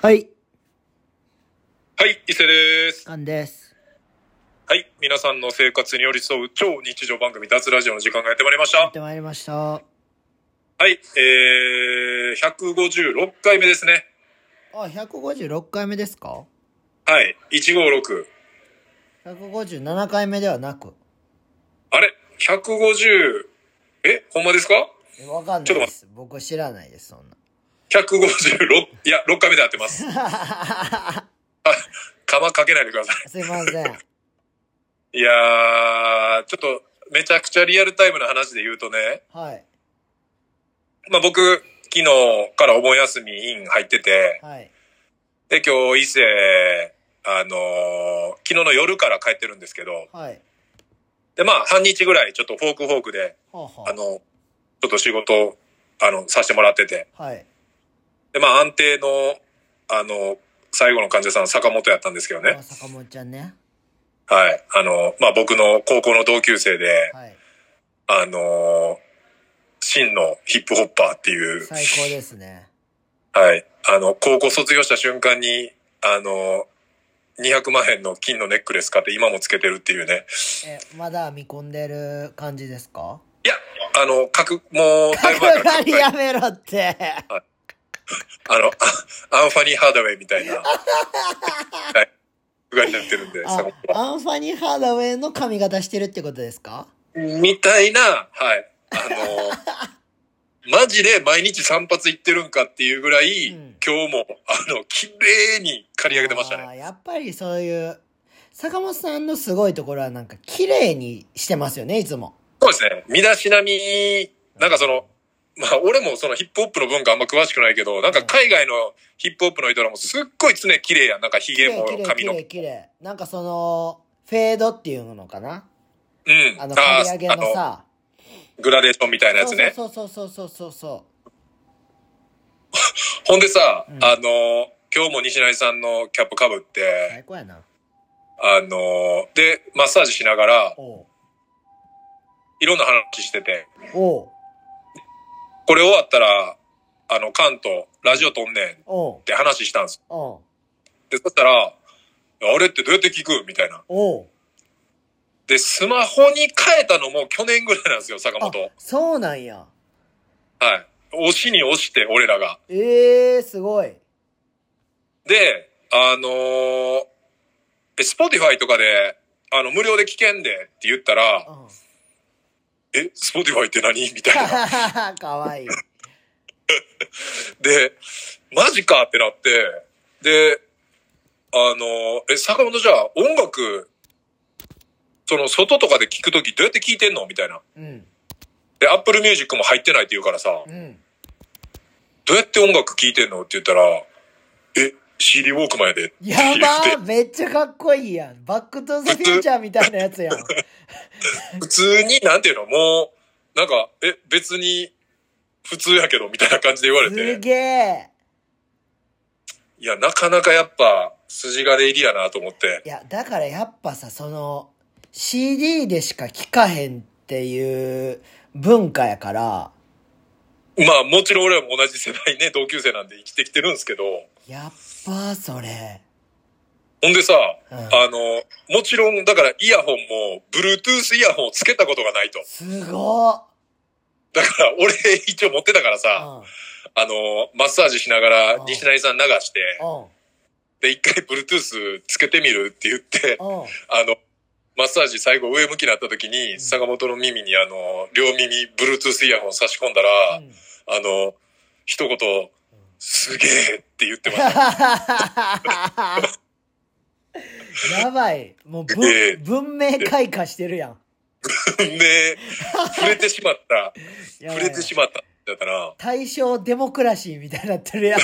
はい。 はい、伊勢です。 カンです。 はい、皆さんの生活に寄り添う超日常番組脱ラジオの時間がやってまいりました。 やってまいりました。はい、156回目ですね。 あ、156回目ですか？ はい、156。 157回目ではなく。 あれ ?150、ほんまですか？ わかんないです。僕知らないです、そんな。 156、いや、6回目でやってます。かまかけないでください。 すいません。 いやー、ちょっと、めちゃくちゃリアルタイムな話で言うとね。 はい。 まあ僕、昨日からお盆休みイン入ってて。 はい。 で、今日伊勢、昨日の夜から帰ってるんですけど。 はい。 で、まあ、半日ぐらいちょっとフォークで、 はあはあ、 ちょっと仕事、させてもらってて。 はい。 で、まあ、安定の、最後の患者さん、坂本やったんですけどね。 坂本ちゃんね。 はい。まあ、僕の高校の同級生で、 はい。 真のヒップホッパーっていう。 最高ですね。 はい。高校卒業した瞬間に、200万円の金のネックレス買って今もつけてるっていうね。 まだ見込んでる感じですか？ いや、もう、だいぶ前から。 角刈りやめろって。 はい、アンファニー・ハードウェイみたいな。はい。がになってるんで、 アンファニー・ハードウェイの髪型してるってことですか？ みたいな、はい。マジで毎日散髪行ってるんかっていうぐらい、今日も、綺麗に刈り上げてましたね。 やっぱりそういう、坂本さんのすごいところはなんか綺麗にしてますよね、いつも。 そうですね。身だしなみ、なんかまあ俺もそのヒップホップの文化あんま詳しくないけど、なんか海外のヒップホップの人らもすっごい常綺麗やん。なんか髭も髪の。 綺麗。なんかフェードっていうのかな？ うん。 刈り上げのさ。 グラデーションみたいなやつね。 そう。 ほんでさ、今日も西成さんのキャップ被って、 最高やな。 で、マッサージしながら、いろんな話してて、これ終わったら、関東、ラジオ撮んねんって話したんですよ。で、そしたら、あれってどうやって聞くみたいな。で、スマホに変えたのも去年ぐらいなんですよ、坂本。 そうなんや。 はい。押しに押して、俺らが。 すごい。 で、Spotify とかで、無料で聞けんでって言ったら、Spotify って何みたいな。 かわいい。 で、マジかってなって、で、坂本じゃあ音楽、外とかで聞くときどうやって聞いてんのみたいな。で、Apple Music も入ってないって言うからさ、どうやって音楽聞いてんのって言ったら、CD ウォークマンやでって言って。 やばー、めっちゃかっこいいやん。バックトゥザフューチャーみたいなやつやん。 普通に、なんていうの、もう、なんか、別に、普通やけど、みたいな感じで言われて。 すげえ。 いや、なかなかやっぱ、筋金入りやなと思って。 いや、だからやっぱさ、CD でしか聴かへんっていう文化やから。 まあ、もちろん俺はも同じ世代ね、同級生なんで生きてきてるんですけど。 やっぱ、それ。 ほんでさ、もちろん、だからイヤホンも、Bluetooth イヤホンをつけたことがないと。 すごっ。 だから、俺一応持ってたからさ、マッサージしながら西成さん流して、で、一回 Bluetooth つけてみるって言って、マッサージ最後上向きになった時に、坂本の耳に両耳 Bluetooth イヤホン差し込んだら、一言、すげえって言ってました。 やばい。もう文明開化してるやん。 文明、触れてしまった。触れてしまった。だから。 大正デモクラシーみたいになってるやん。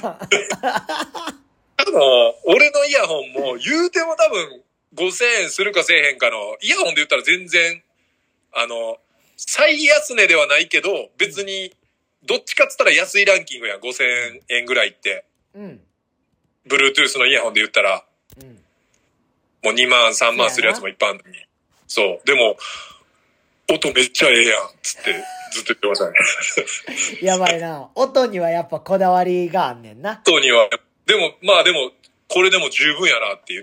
俺のイヤホンも言うても多分5000円するかせえへんかの、イヤホンで言ったら全然、最安値ではないけど、別に、どっちかっつったら安いランキングやん、5000円ぐらいって。Bluetooth のイヤホンで言ったら、もう2万、3万するやつもいっぱいあるのに。そう。でも、音めっちゃええやん、つって、ずっと言ってましたね。 やばいな。音にはやっぱこだわりがあんねんな。 音には、 でも、これでも十分やなって言って。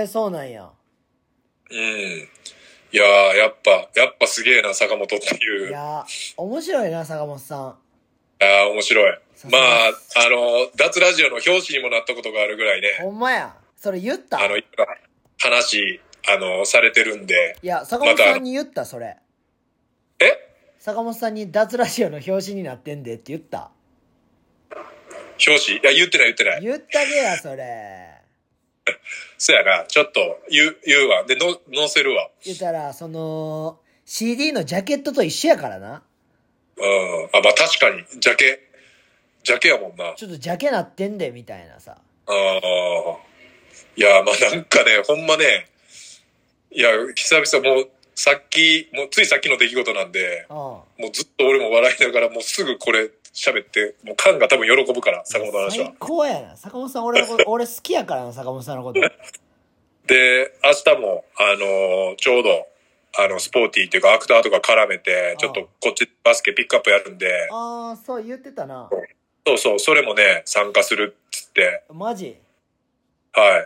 そうなんや。 うん。いやー、やっぱすげえな、坂本っていう。 いやー、面白いな、坂本さん。 面白い。まあ、脱ラジオの表紙にもなったことがあるぐらいね。 ほんまや。それ言った？ 話、されてるんで。 いや、坂本さんに言った、それ。坂本さんに脱ラジオの表紙になってんでって言った？ 表紙？いや、言ってない。 言ったげや、それ。 そやな、ちょっと言うわ。で、載せるわ。 言ったら、CD のジャケットと一緒やからな。 まあ確かに、ジャケやもんな。 ちょっとジャケなってんで、みたいなさ。 いや、まあなんかね、ほんまね、いや、久々もうついさっきの出来事なんで、もうずっと俺も笑いながら、もうすぐこれ喋って、もうカンが多分喜ぶから、坂本の話は。 最高やな。坂本さん俺好きやからな、坂本さんのこと。 で、明日も、ちょうど、スポーティーっていうかアクターとか絡めて、ちょっとこっちバスケピックアップやるんで。 そう言ってたな。 そう、それもね、参加するっつって。 マジ？ はい。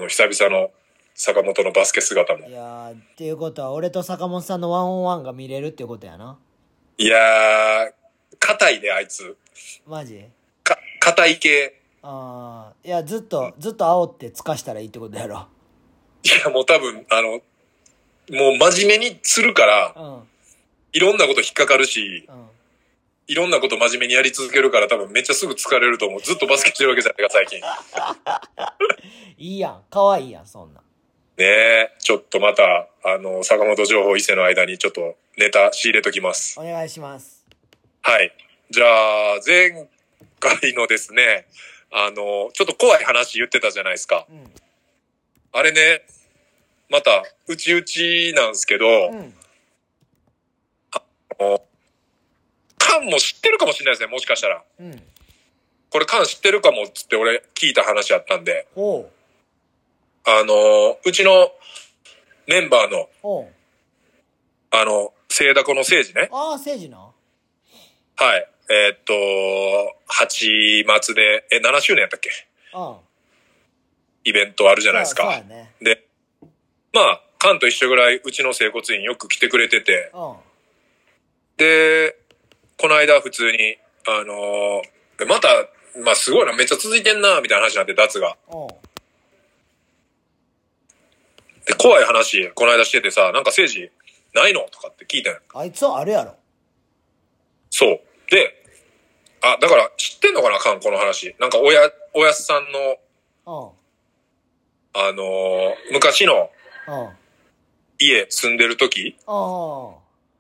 久々の坂本のバスケ姿も。 いやー、っていうことは俺と坂本さんのワンオンワンが見れるっていうことやな。 いやー、硬いね、あいつ。 マジ？ 硬い系。 いや、ずっと煽ってつかしたらいいってことやろ。 いや、もう多分、もう真面目にするから、いろんなこと引っかかるし、いろんなこと真面目にやり続けるから多分めっちゃすぐ疲れると思う。ずっとバスケしてるわけじゃないか、最近。 いいやん。かわいいやん、そんな。 ねえ、ちょっとまた、坂本情報伊勢の間にちょっとネタ仕入れときます。 お願いします。 はい。じゃあ、前回のですね、ちょっと怖い話言ってたじゃないですか。あれね、また、うちなんですけど、カンも知ってるかもしれないですね、もしかしたら。これカン知ってるかもっつって俺聞いた話あったんで。うちのメンバーの、聖ダコの聖治ね。 聖治な。 はい。8月で、7周年やったっけ？イベントあるじゃないですか。 そうやね。 で、まあ、カンと一緒ぐらいうちの整骨院よく来てくれてて、で、この間普通に、また、まあすごいな、めっちゃ続いてんな、みたいな話になって、脱が。で、怖い話、この間しててさ、なんか聖治ないのとかって聞いたよ。 あいつはあるやろ。 そう。で、だから知ってんのかな、カン、この話。なんかおやすさんの、昔の、家住んでる時、泥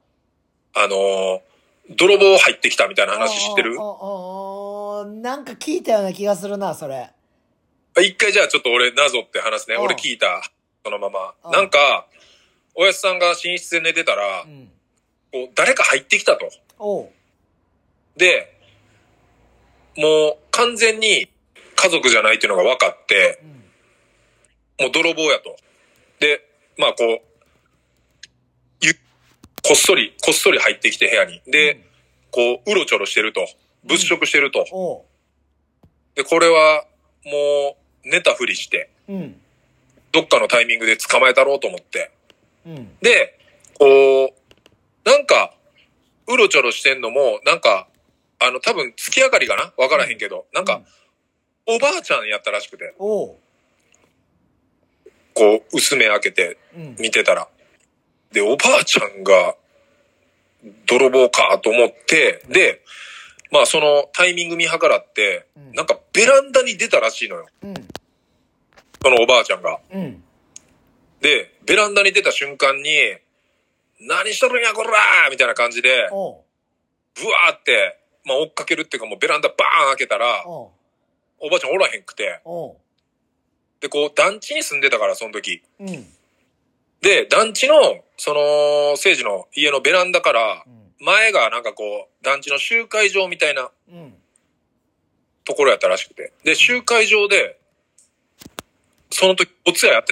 棒入ってきたみたいな話知ってる？ なんか聞いたような気がするな、それ。 一回じゃあちょっと俺謎って話ね。俺聞いた。そのまま。なんか、おやすさんが寝室で寝てたら、こう誰か入ってきたと。で、もう完全に家族じゃないっていうのが分かって、もう泥棒やと。で、まあこう、こっそり入ってきて部屋に。で、こう、うろちょろしてると。物色してると。で、これは、もう、寝たふりして、どっかのタイミングで捕まえたろうと思って。で、こう、なんか、うろちょろしてんのも、なんか、多分、月明かりかなわからへんけど、なんか、おばあちゃんやったらしくて。こう、薄目開けて、見てたら。で、おばあちゃんが、泥棒かと思って、で、まあそのタイミング見計らって、なんかベランダに出たらしいのよ。そのおばあちゃんが。で、ベランダに出た瞬間に、何しとるんやこらーみたいな感じで、ブワーって、まあ追っかけるっていうかもうベランダバーン開けたら、おばあちゃんおらへんくて、で、こう団地に住んでたから、その時。で、団地の、その、聖治の家のベランダから、前がなんかこう、団地の集会場みたいな、ところやったらしくて。で、集会場で、その時、お通夜やって、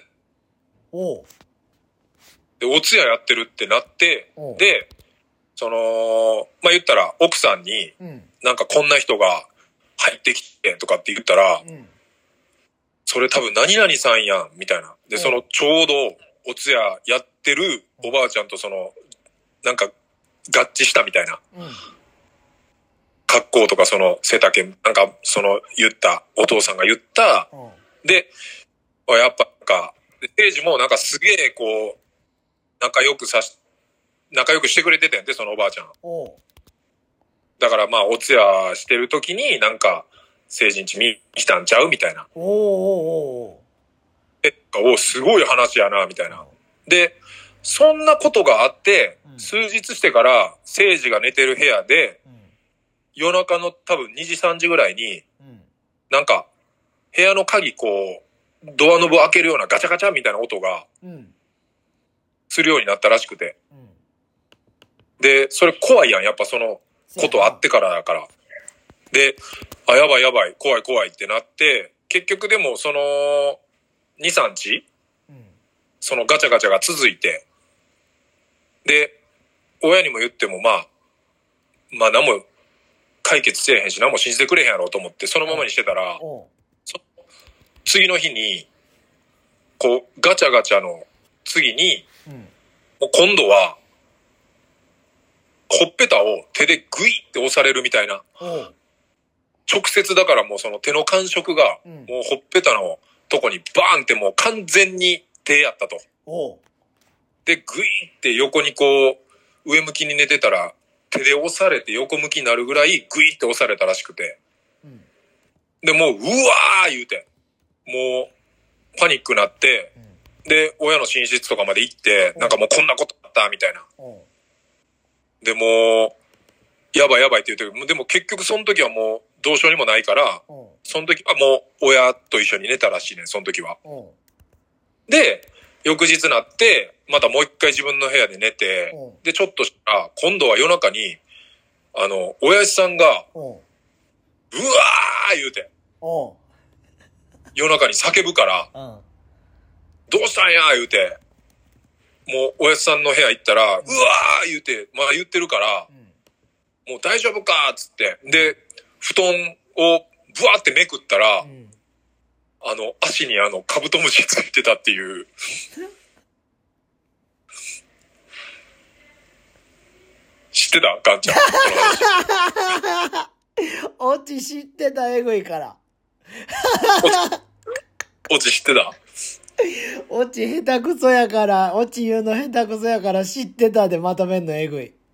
で、お通夜やってるってなって、で、その、まあ、言ったら、奥さんに、なんかこんな人が、 入ってきてとかって言ったら、 うん。 それ多分何々さんやん、みたいな。で、そのちょうどお通夜やってるおばあちゃんとなんか合致したみたいな。 うん。 格好とか背丈、なんか言った、お父さんが言った、 うん。 で、やっぱなんか、で、聖司もなんかすげえこう、仲良くしてくれてたんやんて、そのおばあちゃん。 おう。 だからまあ、お通夜してる時になんか、聖司ん家見来たんちゃうみたいな。 おうおうおうお、すごい話やな、みたいな。で、そんなことがあって、 うん数日してから、聖司が寝てる部屋で、 うん。 夜中の多分2時3時ぐらいに、 うん。 なんか、部屋の鍵こう、ドアノブ開けるようなガチャガチャみたいな音がうん。 するようになったらしくて。 うん。 で、それ怖いやん。やっぱそのことあってからだから。で、やばいやばい、怖い怖いってなって、結局でも2、3日うん。 そのガチャガチャが続いて、で、親にも言ってもまあ何も解決せえへんし何も信じてくれへんやろうと思ってそのままにしてたら、 おう。 次の日に、こう、ガチャガチャの次に、 うん。 もう今度は、ほっぺたを手でグイって押されるみたいな。 おう。 直接だからもうその手の感触が、 うんもうほっぺたのとこにバーンってもう完全に手やったと。 おう。 で、グイって横にこう、上向きに寝てたら、手で押されて横向きになるぐらいグイって押されたらしくて。 うん。 で、もう、うわー言うて。もう、パニックになって、 うん。 で、親の寝室とかまで行って、なんかもうこんなことあったみたいな。 おう。 で、もう、やばいやばいって言ってる。でも結局その時はもうどうしようにもないから、 おう。 その時はもう親と一緒に寝たらしいね、その時は。 おう。 で、翌日なって、またもう一回自分の部屋で寝ておう、 で、ちょっとしたら、今度は夜中に、親父さんが、 おう。 うわー言うて、 おう。 夜中に叫ぶから、 うん。 どうしたんや言うて、もう親父さんの部屋行ったら、うわー言うて、まだ言ってるから、 うん。 もう大丈夫かっつって。で、布団をブワーってめくったら、 うん。 足にカブトムシついてたっていう。知ってたガンちゃん。この話。 オチ知ってた、えぐいから。 オチ知ってた？ オチ下手くそやから、オチ言うの下手くそやから知ってたでまとめんのえぐい。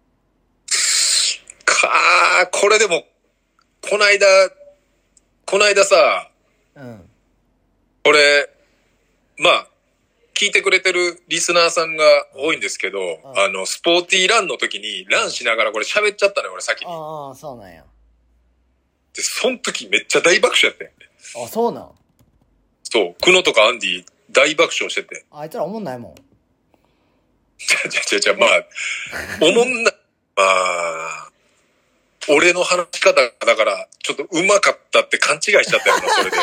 これでも、こないださ、 うん。 これ、まあ、聞いてくれてるリスナーさんが多いんですけど、スポーティーランの時に、ランしながらこれ喋っちゃったね、俺先に。 ああ、そうなんや。 で、その時めっちゃ大爆笑やってん。 あ、そうなん。 そう、クノとかアンディ大爆笑してて。 あいつらおもんないもん。 まあ、おもんな、まあ、俺の話し方だから、ちょっと上手かったって勘違いしちゃったよな、それで。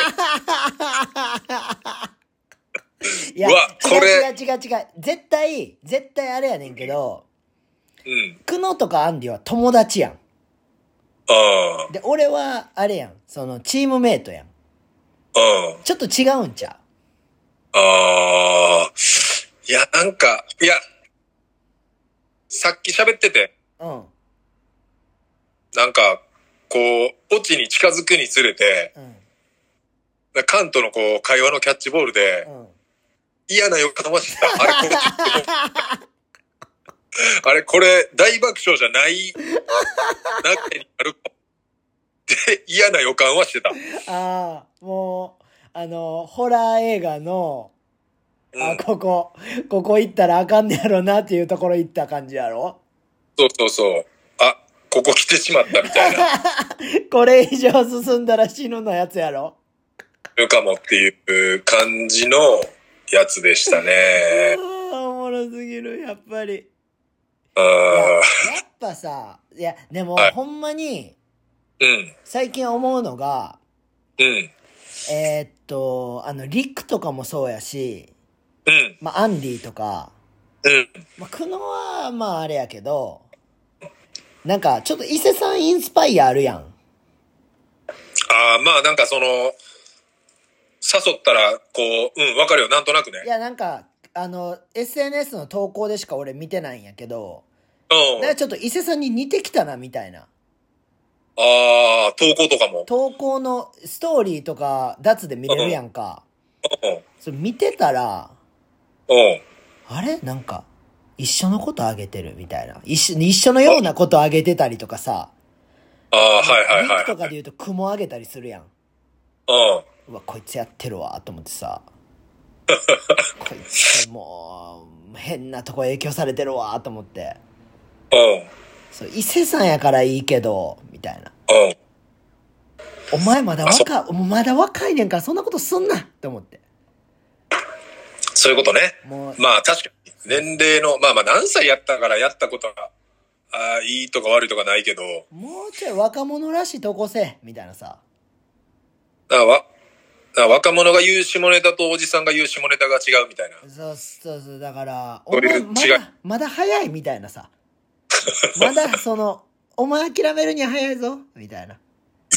いや、 うわこれ違う。絶対あれやねんけど、 うん。 クノとかアンディは友達やん。 あで、俺は、あれやん。チームメイトやん。 あ、うん。 ちょっと違うんちゃああ、いや、なんか、さっき喋ってて、 う？うん。 なんか、こう、オチに近づくにつれて、 うん。 カントのこう、会話のキャッチボールで、 うん。 嫌な予感はしてた。あれこれ、大爆笑じゃない中にあるかも。で、嫌な予感はしてた。 ああ、もう、ホラー映画の、 うんここ行ったらあかんねやろなっていうところ行った感じやろ？ そう。あ、ここ来てしまったみたいな。 これ以上進んだら死ぬのやつやろ？ るかもっていう感じのやつでしたね。 おもろすぎる、やっぱり。 あやっぱさ、でも、 はいほんまに、 うん。 最近思うのが、 うん。 リクとかもそうやし、 うん。 まあ、アンディとか、 うん。 まあ、クノは、まあ、あれやけど、なんか、ちょっと伊勢さんインスパイアあるやん。 あああ、まあなんかその、誘ったら、こう、うん、わかるよ、なんとなくね。 いや、なんか、SNS の投稿でしか俺見てないんやけど、 うん。 だからちょっと伊勢さんに似てきたな、みたいな。 ああ、投稿とかも。 投稿のストーリーとか、脱で見れるやんか。 うん。 それ見てたら、 うん。 あれなんか、一緒のことあげてるみたいな。一緒のようなことあげてたりとかさ。 ああ、はいはいリンクはい。 とかで言うと雲あげたりするやん。 うん。 うわ、こいつやってるわ、と思ってさ。こいつもう、変なとこ影響されてるわ、と思って。 うん。 そう、伊勢さんやからいいけど、みたいな。 うん。 お前まだ若いねんからそんなことすんなって思って。 そういうことね。 もう、 まあ確かに、年齢の、まあまあ何歳やったからやったことが、いいとか悪いとかないけど、 もうちょい若者らしいとこせ、みたいなさ。 だから若者が言う下ネタとおじさんが言う下ネタが違うみたいな。 そうそうそう、だから、 そういう違いまだ早いみたいなさ。まだお前諦めるには早いぞ、みたいな。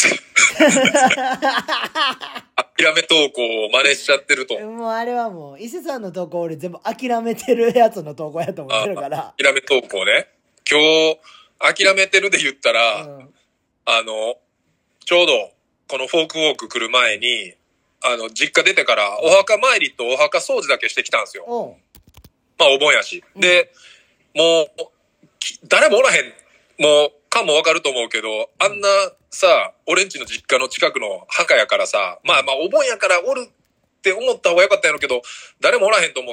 諦め投稿を真似しちゃってると。 もうあれはもう、伊勢さんの投稿俺全部諦めてるやつの投稿やと思ってるから。 諦め投稿ね。今日、諦めてるで言ったら、 うん、 ちょうど、このフォークウォーク来る前に、実家出てからお墓参りとお墓掃除だけしてきたんですよ。まあお盆やし。で、もう、誰もおらへん。もう、かもわかると思うけど、あんなさ、俺んちの実家の近くの墓やからさ、まあまあお盆やからおるって思った方がよかったんやろうけど、誰もおらへんと思って、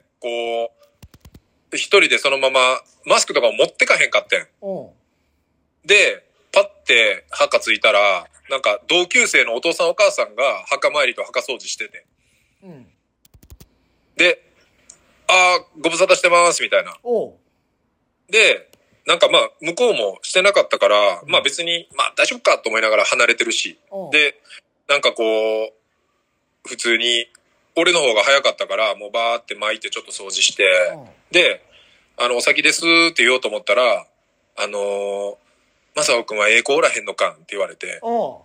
こう、一人でそのままマスクとかも持ってかへんかってん。で、パッて墓ついたら、なんか同級生のお父さんお母さんが墓参りと墓掃除してて。 うん、 で、ご無沙汰してますみたいな。で、なんかまあ向こうもしてなかったから、まあ別に、まあ大丈夫かと思いながら離れてるし。で、なんかこう、普通に、俺の方が早かったから、もうバーって巻いてちょっと掃除して、で、お先ですって言おうと思ったら、まさおくんは子おらへんのかんって言われて。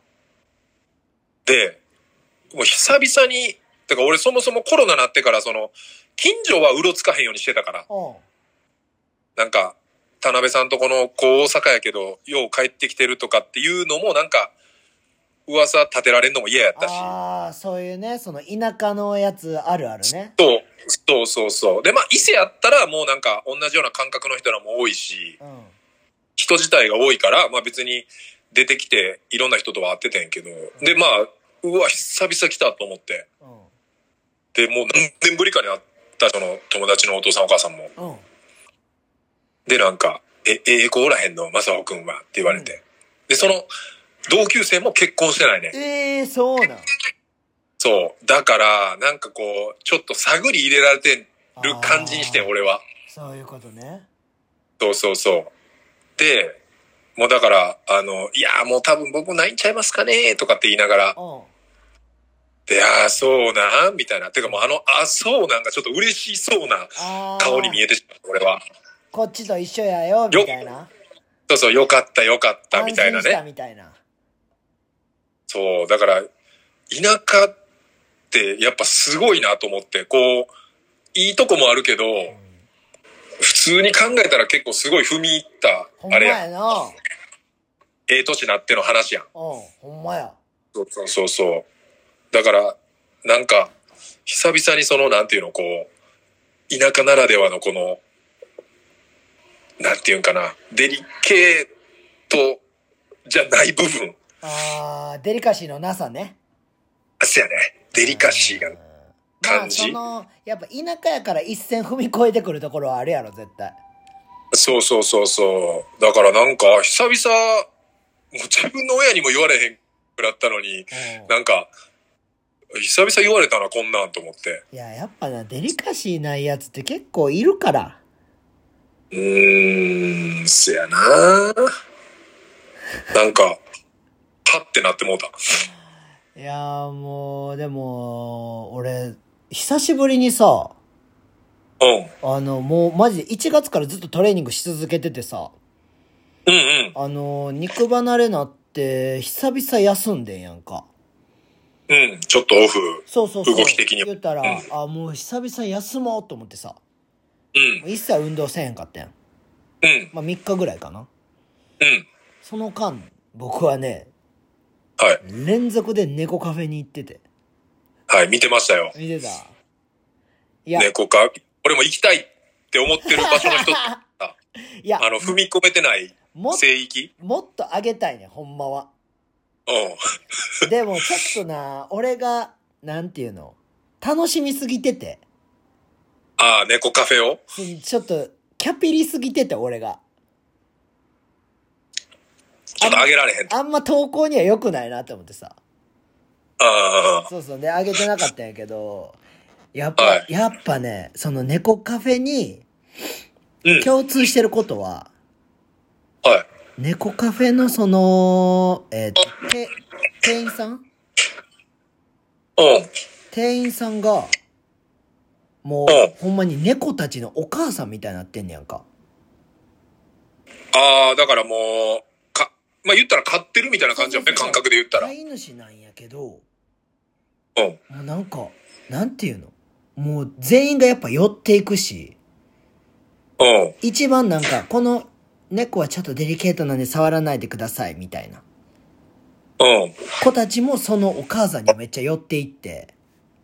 で、もう久々に、てか俺そもそもコロナなってから近所はうろつかへんようにしてたから。なんか、田辺さんとこの大阪やけど、よう帰ってきてるとかっていうのもなんか、噂立てられんのも嫌やったし。 そういうね、田舎のやつあるあるね。 そう。で、まあ伊勢やったらもうなんか同じような感覚の人らも多いし、人自体が多いから、まあ別に出てきていろんな人とは会っててんけど、で、まあ、うわ、久々来たと思って。で、もう何年ぶりかに会った友達のお父さんお母さんも。で、なんか、子おらへんの、まさおくんはって言われて。で、同級生も結婚してないね。 そうなん。 そう。だから、なんかこう、ちょっと探り入れられてる感じにしてん、俺は。 そういうことね。 そう。で、もうだから、いや、もう多分僕泣いちゃいますかねとかって言いながら。で、そうなんみたいな。てかもうそうなんがちょっと嬉しそうな顔に見えてしまう、俺は。 こっちと一緒やよ、みたいな。 そう、よかった、みたいなね。 安心したみたいな。 そう、だから、田舎ってやっぱすごいなと思って、こう、いいとこもあるけど、普通に考えたら結構すごい踏み入った、あれや。年なっての話やん。 ほんまや。 そう。だから、なんか、久々になんていうの、こう、田舎ならではのこの、なんていうんかな、デリケートじゃない部分。 デリカシーのなさね。 そうやね。デリカシーが感じ。 やっぱ田舎やから一線踏み越えてくるところはあるやろ、絶対。 そう。だからなんか、久々、もう自分の親にも言われへんくらったのに、なんか、久々言われたな、こんなんと思って。 いや、やっぱな、デリカシーないやつって結構いるから。 そやななんか、はってなってもうた。 いやもう、でも、俺、久しぶりにさ、もうマジで1月からずっとトレーニングし続けててさ、肉離れなっって久々休んでんやんか。 うん、ちょっとオフ。 そうそうそう。 動き的に言ったら、 うんもう久々休もうと思ってさ。 うんもう一切運動せえへんかったやん。 うんまあ3日ぐらいかな。 うんその間、僕はね、 はい連続で猫カフェに行ってて。 はい、見てましたよ。 見てた。いや、 猫か、俺も行きたいって思ってる場所の一ついや、 踏み込めてないも聖域。 もっと上げたいねん、ほんまは。 うん。 でもちょっとな、俺が、なんていうの、楽しみすぎてて、 ああ、猫カフェをちょっと、キャピリすぎてて、俺が。 ちょっと上げられへん。 あんま投稿には良くないなって思ってさ。 あそうそう。で、上げてなかったんやけど、やっぱ、 はいやっぱね、その猫カフェにうん。 共通してることは、 はい。 猫カフェのその、店員さんうん。 店員さんが、もう、 うんほんまに猫たちのお母さんみたいになってんねやんか。 ああ、だからもう、まあ言ったら飼ってるみたいな感じよね、 そうそうそう感覚で言ったら。 飼い主なんやけど、 うん。 もうなんか、なんていうのもう全員がやっぱ寄っていくし、 うん。 一番なんか、この猫はちょっとデリケートなんで触らないでくださいみたいな。 うん。 子たちもそのお母さんにめっちゃ寄っていって、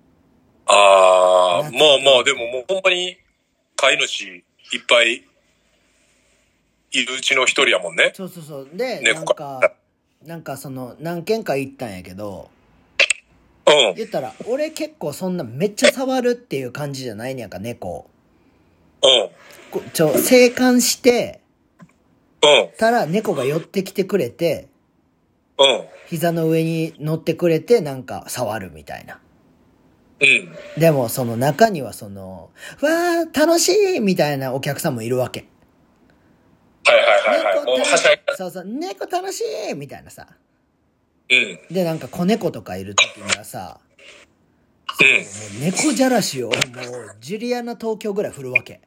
ああ、まあ夏まあ、でももうほんまに飼い主いっぱいいるうちの一人やもんね。 そうそうそう。で、 猫なんかその、何軒か行ったんやけど、 うん。 言ったら、俺結構そんなめっちゃ触るっていう感じじゃないねやんか、猫。 うん。 生還してうん。 たら猫が寄ってきてくれて、 うん。 膝の上に乗ってくれてなんか触るみたいな。 うん。 でもその中にはその、わー楽しいみたいなお客さんもいるわけ。 はいはいはいはい。もうはしゃいだ。 そうそう、猫楽しいみたいなさ。 うん。 で、なんか子猫とかいる時にはさ、 うん。 もう猫じゃらしをもうジュリアナ東京ぐらい振るわけ。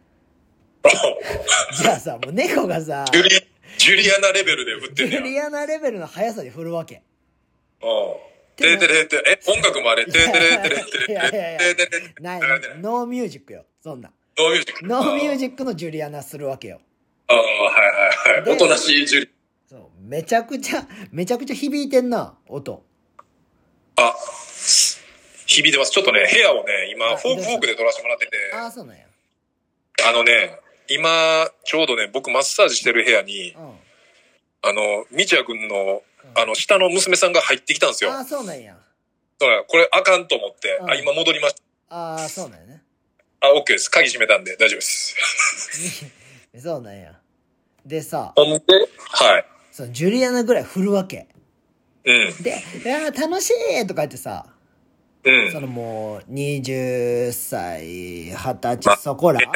じゃあさ、もう猫がさ、 ジュリアナレベルで振っジてんねや。 ュリアナレベルの速さで振るわけ。 うん。ててれて、音楽もあれ、ててれてれてれていやいやいやれてれてない、 れてれ。 ノーミュージックよ、そんな。 ノーミュージック。 ノーミュージックのジュリアナするわけよ。 ああ、はいはいはい。おとなしいジュリ。 そう、めちゃくちゃ響いてんな、音。 あ、響いてます。ちょっとね、部屋をね、今、フォークで撮らせてもらってて、 ああ、そうなんや。 今、ちょうどね、僕マッサージしてる部屋に、 うん。 道也くんの、下の娘さんが入ってきたんですよ。 ああ、そうなんや。 そうだこれあかんと思って、 うん今戻りました。 ああ、そうなんやね。 オッケーです。鍵閉めたんで大丈夫です。 そうなんや。でさ、 ほんで、はい。 そのジュリアナぐらい振るわけ。 うん。 で、いやー楽しいとか言ってさ、 うん。 そのもう、20歳、20歳そこら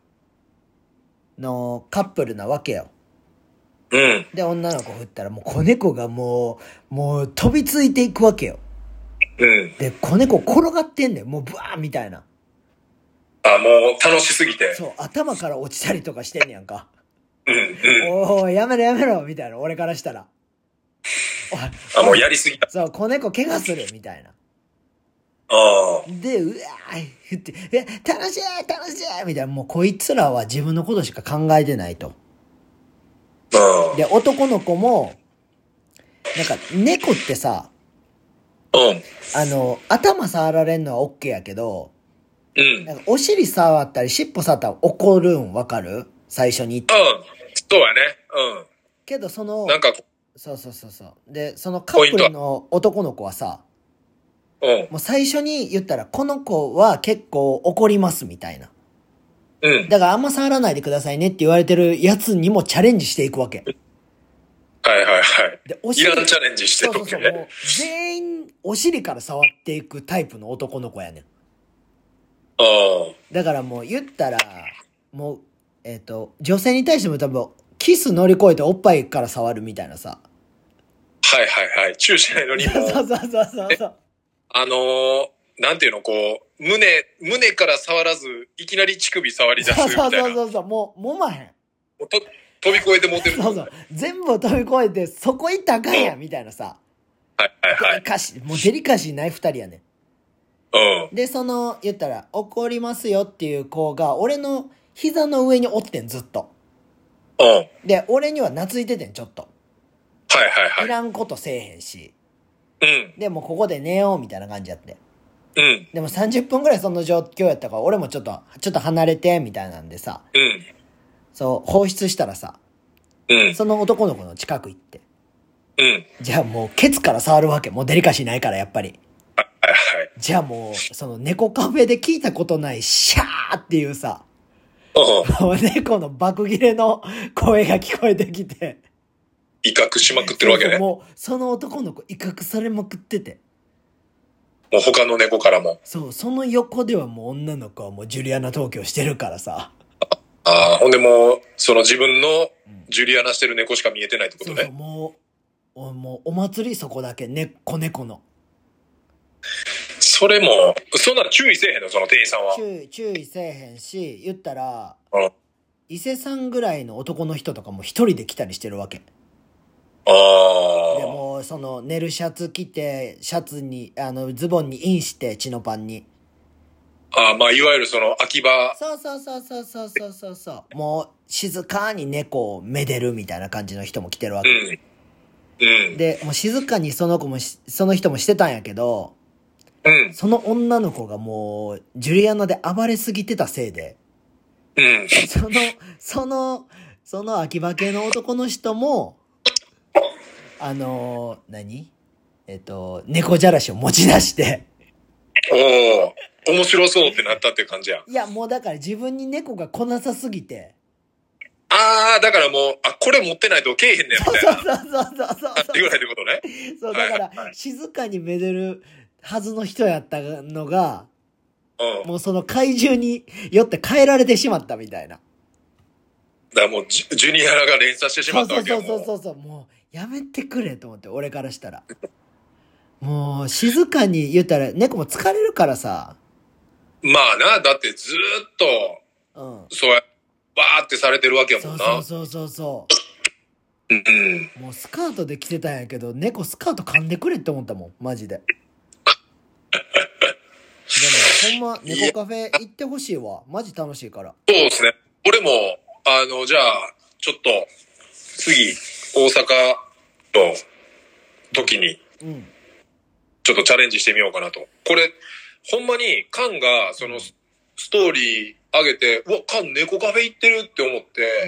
のカップルなわけよ。 うん。 で、女の子振ったらもう子猫がもう飛びついていくわけよ。 うん。 で、子猫転がってんねん。もうブワーみたいな。 あ、もう楽しすぎて。 そう、頭から落ちたりとかしてんねやんか。 うん。うん。 おー、やめろやめろみたいな、俺からしたら。 あ、もうやりすぎた。 そう、子猫怪我するみたいな。 ああ。 で、うわー言って、楽しい楽しいみたいな、もうこいつらは自分のことしか考えてないと。 うん。 で、男の子も、なんか、猫ってさ、 うん。 頭触られんのはオッケーやけど、 うん。 なんかお尻触ったり尻尾触ったら怒るんわかる最初に言って。 そうやね。 けどそのうん。なんか、 そうそうそうそう。で、そのカップルの男の子はさ、 うん。 もう最初に言ったら、この子は結構怒りますみたいな。 うん。 だからあんま触らないでくださいねって言われてるやつにもチャレンジしていくわけ。 はいはいはい。 で、おいらんチャレンジしてるわけそうそうそう。もうね。 全員お尻から触っていくタイプの男の子やねん。 ああ。 だからもう言ったら、もう、女性に対しても多分、キス乗り越えておっぱいから触るみたいなさ。 はいはいはい。チューしないのにもそうそうそうそうそう。 なんていうの、こう、胸から触らず、いきなり乳首触り出すそうそうみたいな。 そうそう、もう、揉まへん。 もう飛び越えて持ってる。 そうそう。全部を飛び越えて、そこ行ったらあかんやん、みたいなさ。 はいはいはい。 もうデリカシーない二人やねうん。 ん。で、言ったら、怒りますよっていう子が、俺の膝の上におってん、ずっと。 うん。はいで、俺には懐いててん、ちょっと。 はいはいい。 らんことせえへんし。 うん。 で、もうここで寝よう、みたいな感じやって。 うん。 でも30分ぐらいその状況やったから、俺もちょっと離れて、みたいなんでさ。 うん。 放出したらさ、 うん。 その男の子の近く行って。 うん。 じゃあもう、ケツから触るわけ。もうデリカシーないから、やっぱり。 はいはい。 じゃあもう、猫カフェで聞いたことない、シャーっていうさ、 うん。 もう猫の爆切れの声が聞こえてきて。 威嚇しまくってるわけね。 そうそうもう、その男の子威嚇されまくってて。 もう他の猫からも。 そう、その横ではもう女の子はもうジュリアナ東京してるからさ。 ああ、ほんでもう、その自分のジュリアナしてる猫しか見えてないってことそうそう、 ね。 もうお祭りそこだけ、猫の。 それも、そんなん注意せえへんの、その店員さんは。 注意せえへんし、言ったら、 うん。 伊勢さんぐらいの男の人とかも一人で来たりしてるわけ。 ああ。 でも寝るシャツ着て、シャツに、ズボンにインして、チノパンに。 ああ、まあ、いわゆるその、秋葉。 そう。もう、静かに猫をめでるみたいな感じの人も来てるわけ。 うん。うん。 で、もう静かにその人もしてたんやけど、 うん。 その女の子がもう、ジュリアナで暴れすぎてたせいで、 うん。 その秋葉系の男の人も、猫じゃらしを持ち出して、 おお、面白そうってなったっていう感じや。 いや、もうだから自分に猫が来なさすぎて、 ああ、だからもう、これ持ってないとけえへんねんみたいな。 そう。 ってぐらいってことね。 そう、だから、静かにめでるはずの人やったのが、 うん。 もうその怪獣によって変えられてしまったみたいな。 だからもうジュニアラが連鎖してしまったわけよ。 そう。もう、やめてくれと思って、俺からしたら。もう、静かに言ったら、猫も疲れるからさ。 まあな、だってずーっと、 うん。 そうや、バーってされてるわけやもんな。 そう。 うん。 もうスカートで着てたんやけど、猫スカート噛んでくれって思ったもん、マジで。でも、ほんま、猫カフェ行ってほしいわ。マジ楽しいから。 そうですね。俺も、じゃあ、ちょっと、次、大阪の時に、 うん。 ちょっとチャレンジしてみようかなと。これ、ほんまに、カンが、その、ストーリー上げて、うわ、カン猫カフェ行ってるって思って、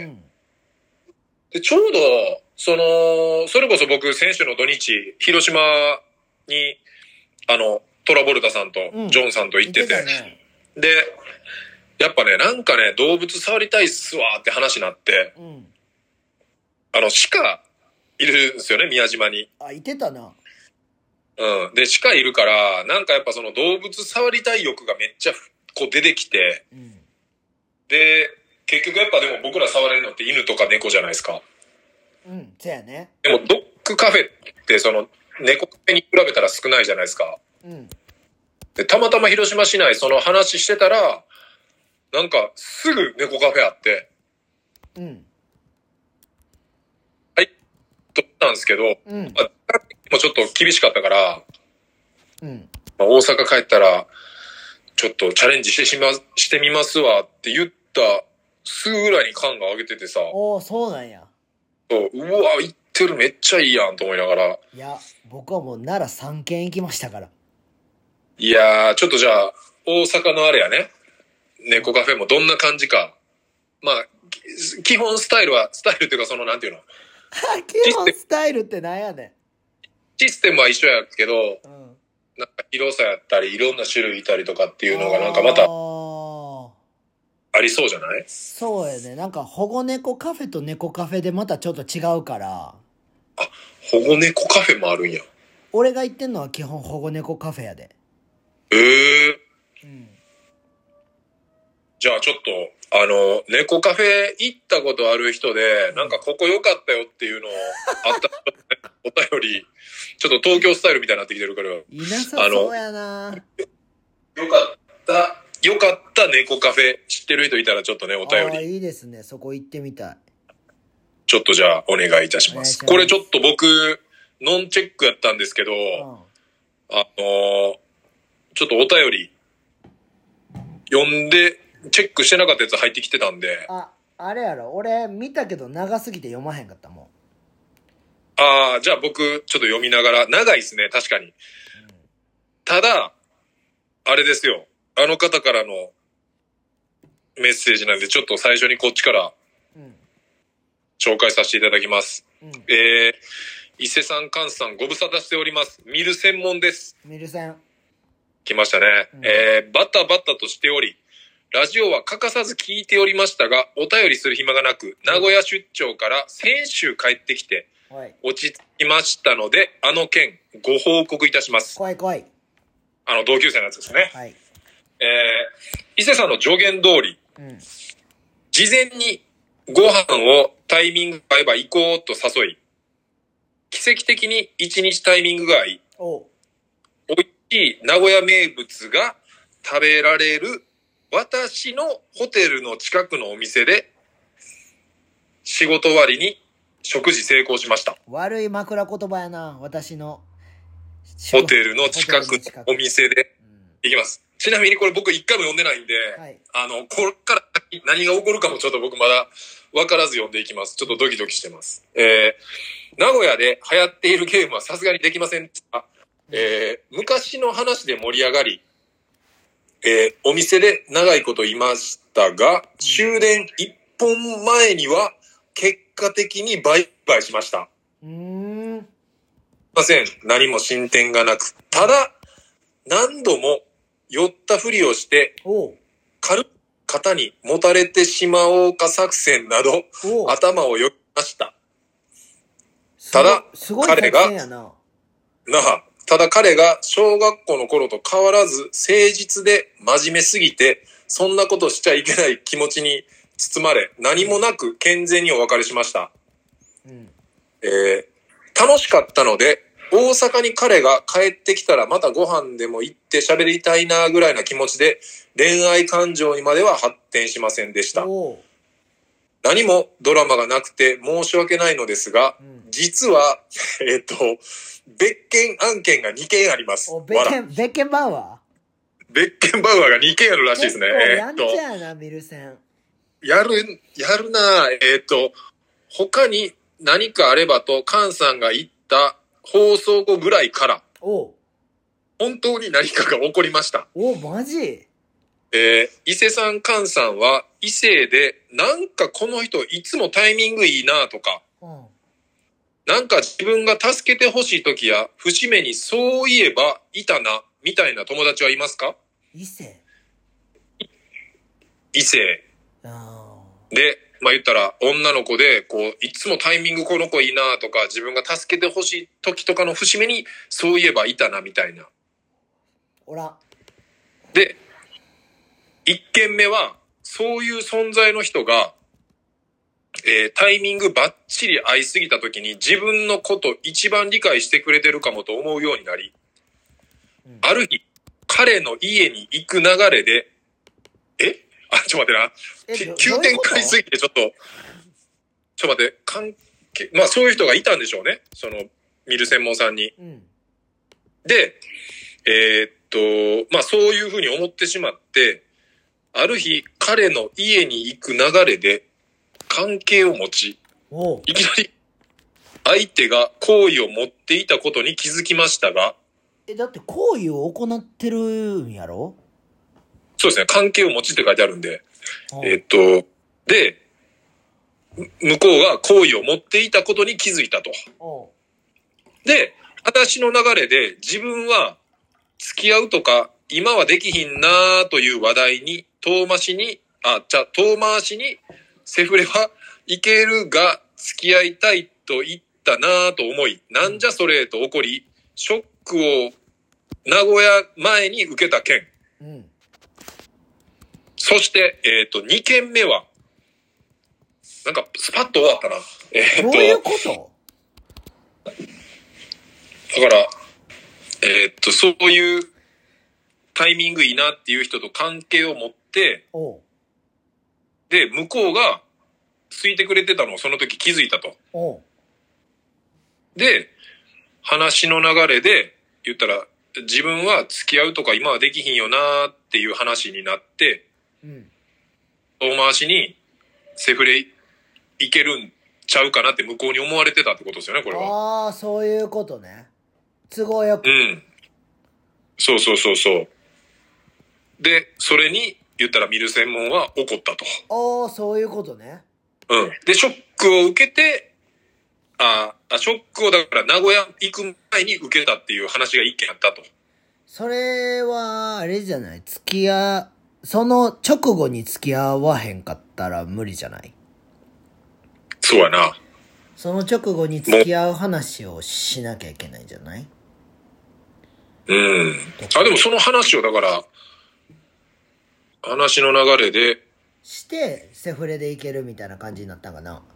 うん。 で、ちょうど、それこそ僕、先週の土日、広島に、トラボルタさんと、ジョンさんと行ってて、 ね、 で、やっぱね、なんかね、動物触りたいっすわって話になって、 うん。 鹿いるんですよね、宮島に。 あ、いてたな。 うん。で、鹿いるから、なんかやっぱその動物触りたい欲がめっちゃこう出てきて、 うん。 で、結局やっぱでも僕ら触れるのって犬とか猫じゃないですか。 うん、そうやね。 でもドッグカフェってその猫カフェに比べたら少ないじゃないですか。 うん。 で、たまたま広島市内その話してたら、なんかすぐ猫カフェあって、 うん。 はい、とったんですけど、 うん。 もうちょっと厳しかったから、 うん。 大阪帰ったら、ちょっとチャレンジしてみますわって言ったすぐぐらいに缶が上げててさ、 おー、そうなんや。 そううわ、行ってるめっちゃいいやんと思いながら。 いや、僕はもう奈良3軒行きましたから。 いやー、ちょっとじゃあ、大阪のあれやね、猫カフェもどんな感じか。まあ、基本スタイルっていうかそのなんていうの、 基本スタイルってなんやねシステムは一緒やけど、 ん。うん。 なんか広さやったり、いろんな種類いたりとかっていうのがなんかまたありそうじゃない？ そうやね。なんか保護猫カフェと猫カフェでまたちょっと違うから。 あ、保護猫カフェもあるんや。 俺が行ってんのは基本保護猫カフェやで。 うん。じゃあちょっと、猫カフェ行ったことある人で、なんかここ良かったよっていうのあったら、お便り、ちょっと東京スタイルみたいになってきてるから。 いなさそうやな。 良かった猫カフェ知ってる人いたらちょっとね、お便り。 いいですね。そこ行ってみたい。 ちょっとじゃあお願いいたします。これちょっと僕、ノンチェックやったんですけど、ちょっとお便り、読んで、チェックしてなかったやつ入ってきてたんで。 あれやろ、俺見たけど長すぎて読まへんかったもん。 じゃあ僕、ちょっと読みながら、長いですね、確かに。ただ、あれですよ、あの方からのメッセージなんで、ちょっと最初にこっちから、紹介させていただきます。伊勢さん、菅さん、ご無沙汰しております。見る専門です。 見る専。 来ましたね。バタバタとしており、ラジオは欠かさず聞いておりましたが、お便りする暇がなく、名古屋出張から先週帰ってきて、落ち着きましたので、あの件、ご報告いたします。 怖い。 同級生のやつですね。 はい。 伊勢さんの助言通り、事前にご飯をタイミング合えば行こうと誘い、奇跡的に1日タイミングが合い、美味しい名古屋名物が食べられる私のホテルの近くのお店で仕事終わりに食事成功しました。 悪い枕言葉やな、私の。 ホテルの近くのお店で行きます。ちなみにこれ僕一回も読んでないんで、これから何が起こるかもちょっと僕まだ分からず読んでいきます。ちょっとドキドキしてます。名古屋で流行っているゲームはさすがにできませんでした。昔の話で盛り上がり、お店で長いこといましたが、終電1本前には結果的に売買しました。すいません。何も進展がなく。ただ、何度も酔ったふりをして、軽く肩にもたれてしまおうか作戦など、頭をよぎました。ただ、彼が小学校の頃と変わらず誠実で真面目すぎて、そんなことしちゃいけない気持ちに包まれ、何もなく健全にお別れしました。楽しかったので、大阪に彼が帰ってきたらまたご飯でも行って喋りたいなぐらいな気持ちで、恋愛感情にまでは発展しませんでした。何もドラマがなくて申し訳ないのですが、実は、別件案件が2件あります。 別件バウアーが2件あるらしいですね。 やんちゃやな、ミルセン。 やるな。他に何かあればと、菅さんが言った放送後ぐらいから、本当に何かが起こりました。 マジ？ 伊勢さん、菅さんは異性で、なんかこの人いつもタイミングいいなとか、なんか自分が助けてほしい時や節目にそういえばいたなみたいな友達はいますか？異性で、言ったら女の子でいつもタイミングこの子いいなとか、自分が助けてほしい時とかの節目にそういえばいたなみたいな。で、1件目はそういう存在の人が、タイミングバッチリ合いすぎた時に自分のこと一番理解してくれてるかもと思うようになり、ある日彼の家に行く流れで、ちょっと待ってな。急展開すぎてちょっと待って、関係、そういう人がいたんでしょうね。その、見る専門さんに。で、そういうふうに思ってしまって、ある日、彼の家に行く流れで関係を持ち、いきなり相手が好意を持っていたことに気づきましたが、 だって行為を行ってるんやろ？ そうですね、関係を持ちって書いてあるんで、で、向こうが好意を持っていたことに気づいたと。で、話の流れで自分は付き合うとか今はできひんなーという話題に遠回しにセフレはいけるが付き合いたいと言ったなーと思い、なんじゃそれと怒り、ショックを名古屋前に受けた件。そして、2件目は、なんか、スパッと終わったな。 どういうこと？ だから、そういうタイミングいいなっていう人と関係を持って、で、向こうが、 ついてくれてたのをその時気づいたと。 おう。 で、話の流れで言ったら、自分は付き合うとか今はできひんよなーっていう話になって、 うん。 遠回しにセフレいけるんちゃうかなって向こうに思われてたってことですよね、これは。 ああ、そういうことね。都合よく。 うん。そうそうそうそう。で、それに言ったら見る専門は怒ったと。 ああ、そういうことね。 うん。で、ショックを受けて、ショックをだから名古屋行く前に受けたっていう話が一件あったと。 それは、あれじゃない、その直後に付き合わへんかったら無理じゃない？ そうやな。 その直後に付き合う話をしなきゃいけないんじゃない？ うん。でもその話をだから、話の流れで、 して、セフレでいけるみたいな感じになったんかな。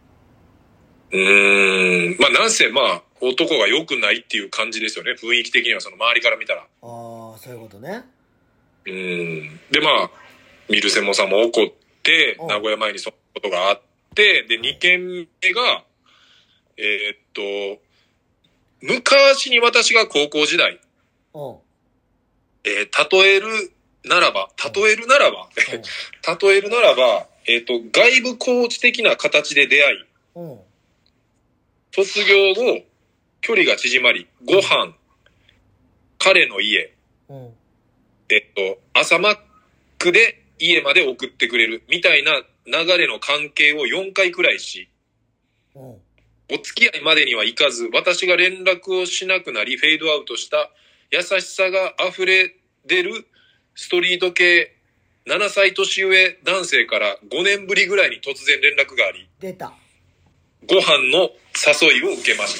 なんせ男が良くないっていう感じですよね。雰囲気的にはその周りから見たら。 ああ、そういうことね。 で、ミルセモさんも怒って、名古屋前にそのことがあって、で、2件目が、昔に私が高校時代、例えるならば、外部コーチ的な形で出会い、卒業後、距離が縮まり、ご飯、彼の家、朝マックで家まで送ってくれるみたいな流れの関係を4回くらいし、お付き合いまでにはいかず、私が連絡をしなくなり、フェードアウトした優しさが溢れ出るストリート系7歳年上男性から5年ぶりぐらいに突然連絡があり、 出た。 ご飯の誘いを受けました。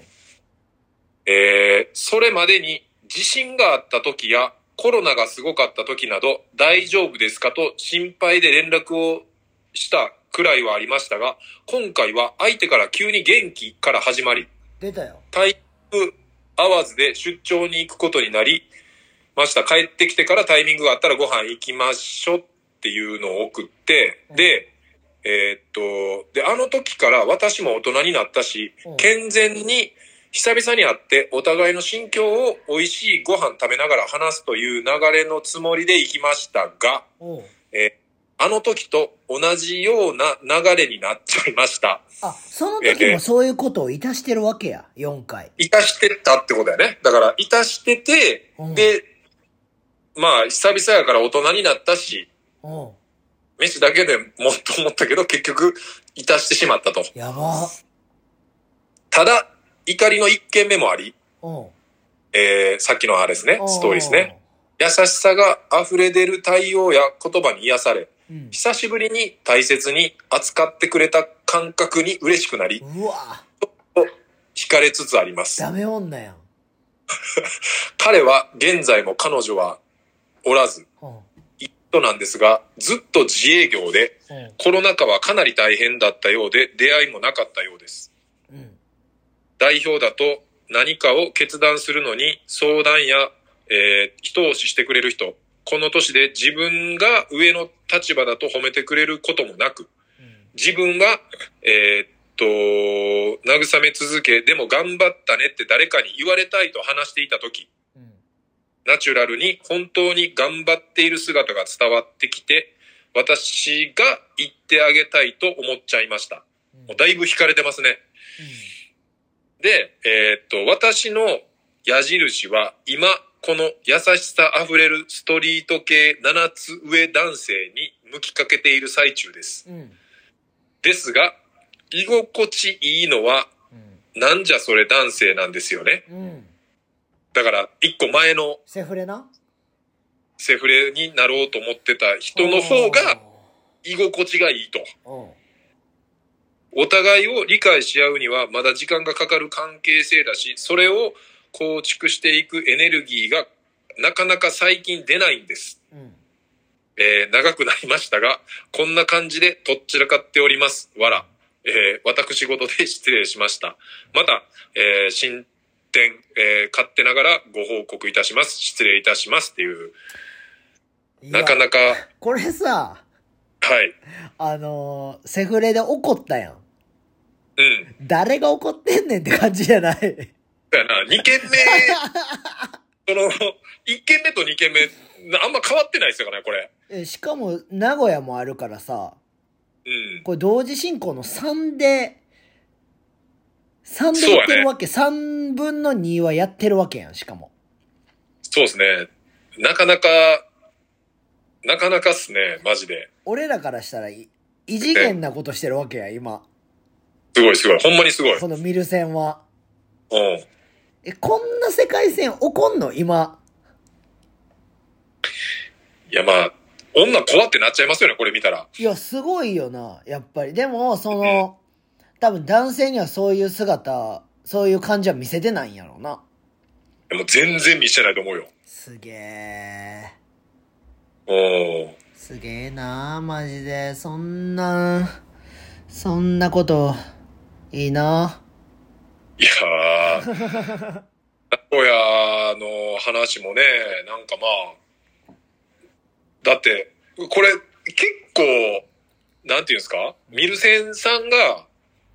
それまでに地震があった時やコロナがすごかった時など大丈夫ですかと心配で連絡をしたくらいはありましたが、今回は相手から急に元気から始まり、 出たよ。 タイム合わずで出張に行くことになりました。帰ってきてからタイミングがあったらご飯行きましょうっていうのを送って、で、あの時から私も大人になったし、健全に久々に会ってお互いの心境を美味しいご飯食べながら話すという流れのつもりで行きましたが、あの時と同じような流れになっちゃいました。 その時もそういうことをいたしてるわけや、4回。 いたしてたってことやね。だから、いたしてて、で、久々やから大人になったし、飯だけでもっと思ったけど、結局、いたしてしまったと。 やば。 ただ、怒りの1件目もあり、さっきのあれですね、ストーリーですね。優しさが溢れ出る対応や言葉に癒され、久しぶりに大切に扱ってくれた感覚に嬉しくなり、ちょっと惹かれつつあります。 ダメ女やん。 彼は現在も彼女はおらず、一人なんですが、ずっと自営業で、コロナ禍はかなり大変だったようで、出会いもなかったようです。代表だと何かを決断するのに相談や、一押ししてくれる人、この年で自分が上の立場だと褒めてくれることもなく、自分が、慰め続け、でも頑張ったねって誰かに言われたいと話していたとき、ナチュラルに本当に頑張っている姿が伝わってきて、私が言ってあげたいと思っちゃいました。もうだいぶ惹かれてますね。で、私の矢印は今、この優しさあふれるストリート系7つ上男性に向きかけている最中です。ですが、居心地いいのは、なんじゃそれ男性なんですよね。だから、一個前のセフレになろうと思ってた人の方が居心地がいいと。お互いを理解し合うにはまだ時間がかかる関係性だし、それを構築していくエネルギーがなかなか最近出ないんです。長くなりましたが、こんな感じでとっちらかっております。わら。私事で失礼しました。また、進展、勝手ながらご報告いたします。失礼いたしますっていう。なかなか。 これさ、 はい。 セフレで怒ったやん。 うん。 誰が怒ってんねんって感じじゃない。 だよな、2件目、1件目と2件目、あんま変わってないですよね、これ。 しかも、名古屋もあるからさ、 うん。 これ同時進行の3でやってるわけ、3分の2はやってるわけやん、しかも。 そうですね。なかなかっすね、マジで。 俺らからしたら異次元なことしてるわけや、今。 すごいすごい。ほんまにすごい。 このミル戦は。 うん。 こんな世界線起こんの今。 いや、まあ、女怖ってなっちゃいますよね、これ見たら。 いや、すごいよな、やっぱり。でも、多分男性にはそういう姿、そういう感じは見せてないんやろうな。 でも全然見せてないと思うよ。 すげえ。 おー。 すげえなマジで。そんなこと、いいな。 いやー、名古屋の話もね、なんかまあ、だって、これ結構、なんていうんですか、ミルセンさんが、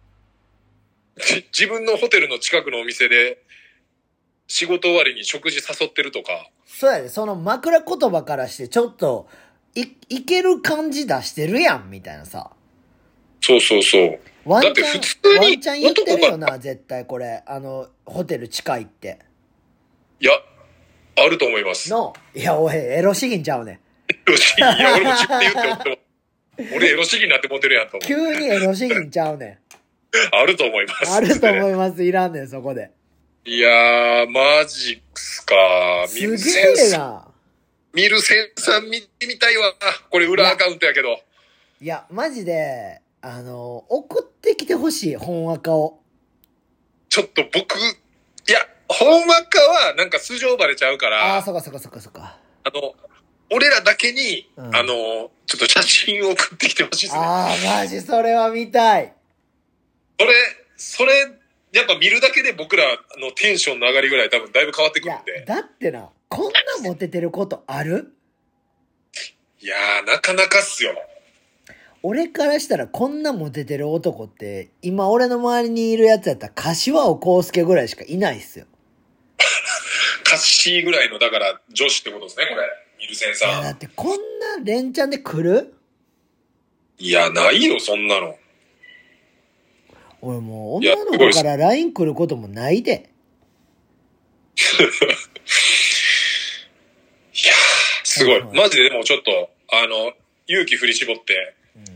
自分のホテルの近くのお店で、仕事終わりに食事誘ってるとか。 そうやで、その枕言葉からしてちょっと、いける感じ出してるやん、みたいなさ。 そうそうそう。 ワンチだって普通ャン、ワにンチャン言ってるよな、絶対これ。ホテル近いって。 いや、あると思います。 いや、おい、エロ詩吟ちゃうねん。 エロ詩吟、いや、俺も自分で言って思っても、俺エロ詩吟になって持ってるやんと思う。 急にエロ詩吟ちゃうねん。 あると思います。 あると思います。いらんねん、そこで。 いやー、マジっすか。 すげえな。 ミルセンさん見てみたいわ。これ裏アカウントやけど。 いや、マジで、送ってきてほしい、本赤を。 ちょっと僕、いや、本赤はなんか素性バレちゃうから。 ああ、そっかそっかそっかそっか。 俺らだけに、 うん、 ちょっと写真を送ってきてほしいですね。 ああ、マジそれは見たい。 それ、やっぱ見るだけで僕らのテンションの上がりぐらい多分だいぶ変わってくるんで。 だってな、こんなモテてることある？ いやー、なかなかっすよ。 俺からしたらこんなモテてる男って、今俺の周りにいるやつやったら柏尾康介ぐらいしかいないっすよ。 カッシーぐらいの、だから女子ってことですね、これ。ミルセンさん。 いや、だってこんな連チャンで来る？ いや、ないよ、そんなの。 俺もう女の子から LINE 来ることもないで。 いやー、すごい。マジででもちょっと、勇気振り絞って、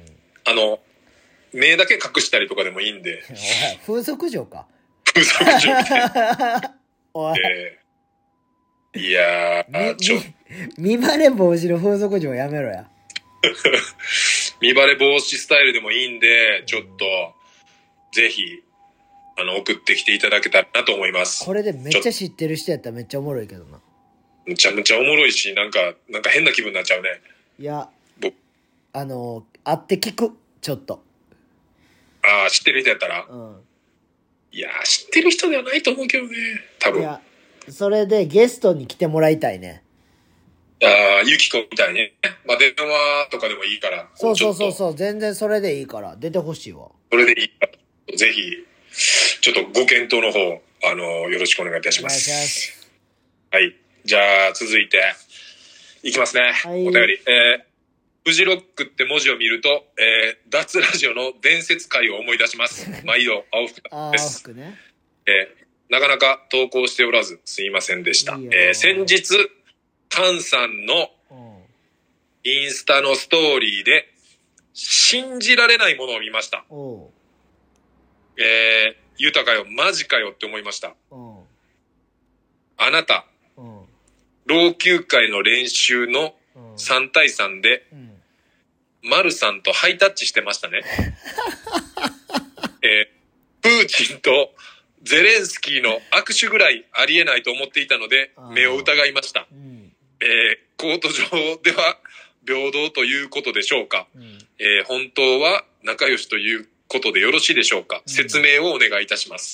目だけ隠したりとかでもいいんで。 おい、風俗嬢か。 風俗嬢おい。 いやー、 見バレ防止の風俗嬢やめろや。 見バレ防止スタイルでもいいんで、ちょっと、ぜひ、送ってきていただけたらなと思います。 これでめっちゃ知ってる人やったらめっちゃおもろいけどな。 むちゃむちゃおもろいし、なんか変な気分になっちゃうね。 いや、会って聞く、ちょっと。 ああ、知ってる人やったら？ うん。 いやー、知ってる人ではないと思うけどね。多分。 いや、それでゲストに来てもらいたいね。 ああ、ゆきこみたいにね。まあ、電話とかでもいいから。 そう、全然それでいいから、出てほしいわ。 それでいいから、ぜひ、ちょっとご検討の方、よろしくお願いいたします。 お願いします。 はい。じゃあ、続いて、いきますね。はい、お便り。フジロックって文字を見ると、脱ラジオの伝説会を思い出します。毎度、青福です。 青福ね。 なかなか投稿しておらず、すいませんでした。先日、カンさんのインスタのストーリーで、信じられないものを見ました。豊かよ、マジかよって思いました。あなた、老朽会の練習の3対3で、マルさんとハイタッチしてましたね。プーチンとゼレンスキーの握手ぐらいありえないと思っていたので、目を疑いました。コート上では平等ということでしょうか。本当は仲良しということでよろしいでしょうか。説明をお願いいたします。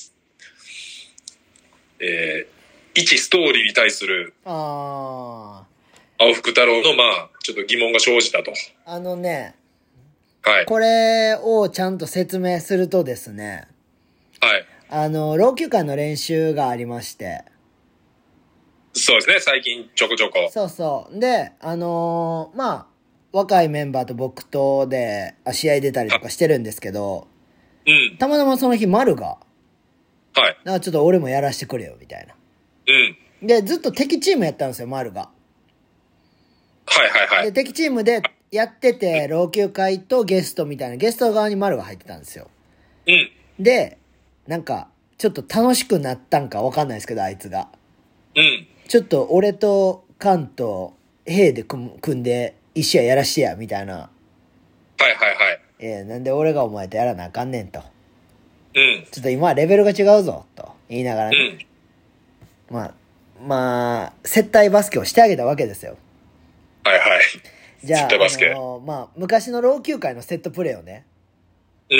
一ストーリーに対する、青福太郎の、ちょっと疑問が生じたと。 はい。 これをちゃんと説明するとですね、 はい。 老朽化の練習がありまして。 そうですね、最近ちょこちょこ。 そうそう。で、まあ、若いメンバーと僕とで試合出たりとかしてるんですけど、 うん。 たまたまその日、丸が、 はい。 なんかちょっと俺もやらしてくれよ、みたいな。 うん。 で、ずっと敵チームやったんですよ、丸が。 はいはいはで、 い。 敵チームでやってて、老朽会とゲストみたいな、ゲスト側に丸が入ってたんですよ。 うん。 で、なんか、ちょっと楽しくなったんかわかんないですけど、あいつが。 うん。 ちょっと俺とカンとヘイで組んで一試合やらしてや、みたいな。 はいはいはい。 なんで俺がお前とやらなあかんねんと。 うん。 ちょっと今はレベルが違うぞ、と言いながらうね。 ん。 まあ、接待バスケをしてあげたわけですよ。 はいはい。 じゃあ、 接待バスケ昔の老朽会のセットプレーをね、 うん。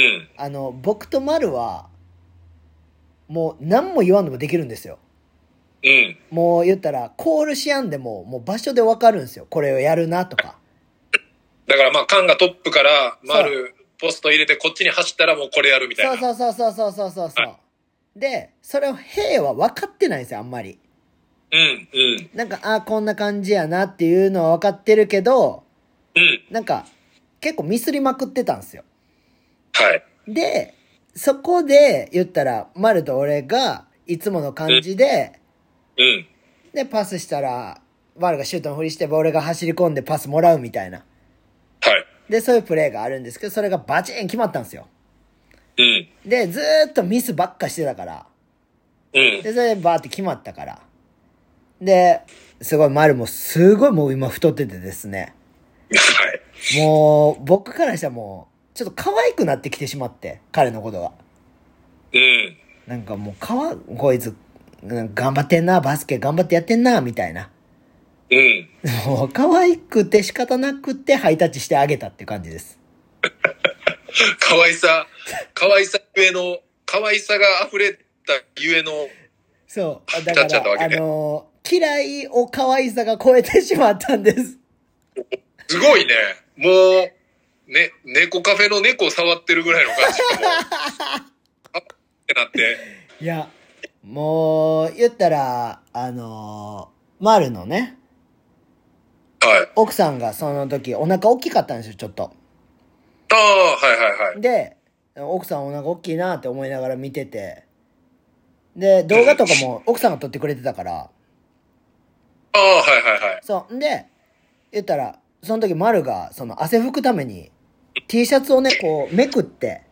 僕と丸は、もう何も言わんでもできるんですよ。 うん。 もう言ったら、コールしやんでも、もう場所でわかるんですよ。これをやるなとか。 だからまあ、カンがトップから丸ポスト入れてこっちに走ったらもうこれやるみたいな。 そう。 はで、それをヘイは分かってないんですよ、あんまり。 うんうん。 なんか、こんな感じやなっていうのは分かってるけど、 うん。 なんか、結構ミスりまくってたんですよ。 はい。 で、そこで言ったら、丸と俺が、いつもの感じで、 うん。 で、パスしたら、丸がシュートのふりして、俺が走り込んでパスもらうみたいな。 はい。 で、そういうプレーがあるんですけど、それがバチン決まったんですよ。 うん。 で、ずーっとミスばっかしてたから。 うん。 で、それでバーって決まったから。で、すごい、丸もすごいもう今太っててですね。 はい。 もう、僕からしたらもう、ちょっと可愛くなってきてしまって、彼のことが。 うん。 なんかもう、こいつ、頑張ってんな、バスケ頑張ってやってんな、みたいな。 うん。 もう、可愛くて仕方なくてハイタッチしてあげたっていう感じです。 可愛さゆえの、可愛さが溢れたゆえの、 そう。だかなっちゃったわら、 けね嫌いを可愛さが超えてしまったんです。 すごいね。もう、ね、猫カフェの猫を触ってるぐらいの感じがもう、あってなって。 いや、もう、言ったら、丸のね、 はい。 奥さんがその時お腹大きかったんですよ、ちょっと。 ああ、はいはいはい。 で、奥さんお腹大きいなって思いながら見てて、で、動画とかも奥さんが撮ってくれてたから、 ああ、はいはいはい。 そう。んで、言ったら、その時丸が、その汗拭くために、T シャツをね、こう、めくって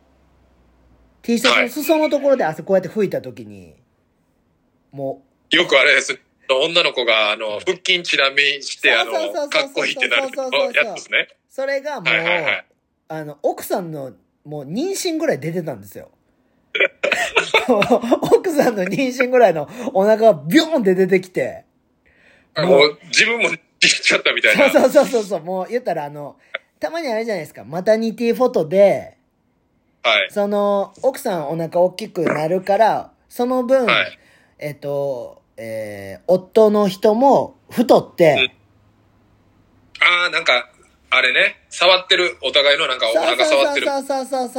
、T シャツの裾のところで汗こうやって拭いた時に、もよくあれです。女の子が、腹筋チラ見して、 そうかっこいいってなるやつですね。 う、それがもう、 はいはいはい。 奥さんの、もう妊娠ぐらい出てたんですよ。奥さんの妊娠ぐらいのお腹がビョーンって出てきて、 もう、自分も知っちゃったみたいな。 そう、もう言ったらたまにあれじゃないですか、マタニティフォトで、 はい。 その、奥さんお腹大きくなるから、その分、 はい。 夫の人も太って、 ああ、なんか、あれね、触ってる、お互いのなんかお腹触ってる。はい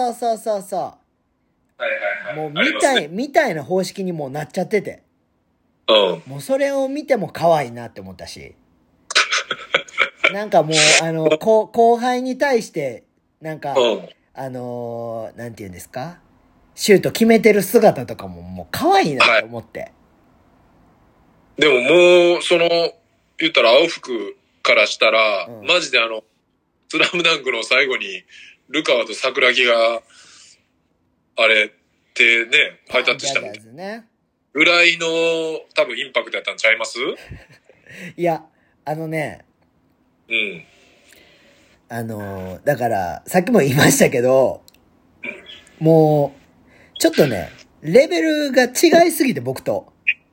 はいはい。 もうありますね。 みたいな方式にもうなっちゃってて。 うん。 もうそれを見ても可愛いなって思ったし。なんかもう、後輩に対して、なんか、 うん。 なんて言うんですか、シュート決めてる姿とかももう可愛いなって思って。 でももう、言ったら青服からしたら、 うんマジでスラムダンクの最後に、ルカワと桜木が、あれ、手ね、ハイタッチしたやつね。 ぐらいの、多分インパクトやったんちゃいます？ いや、 うん。 だから、さっきも言いましたけど、もう、ちょっとね、レベルが違いすぎて僕と。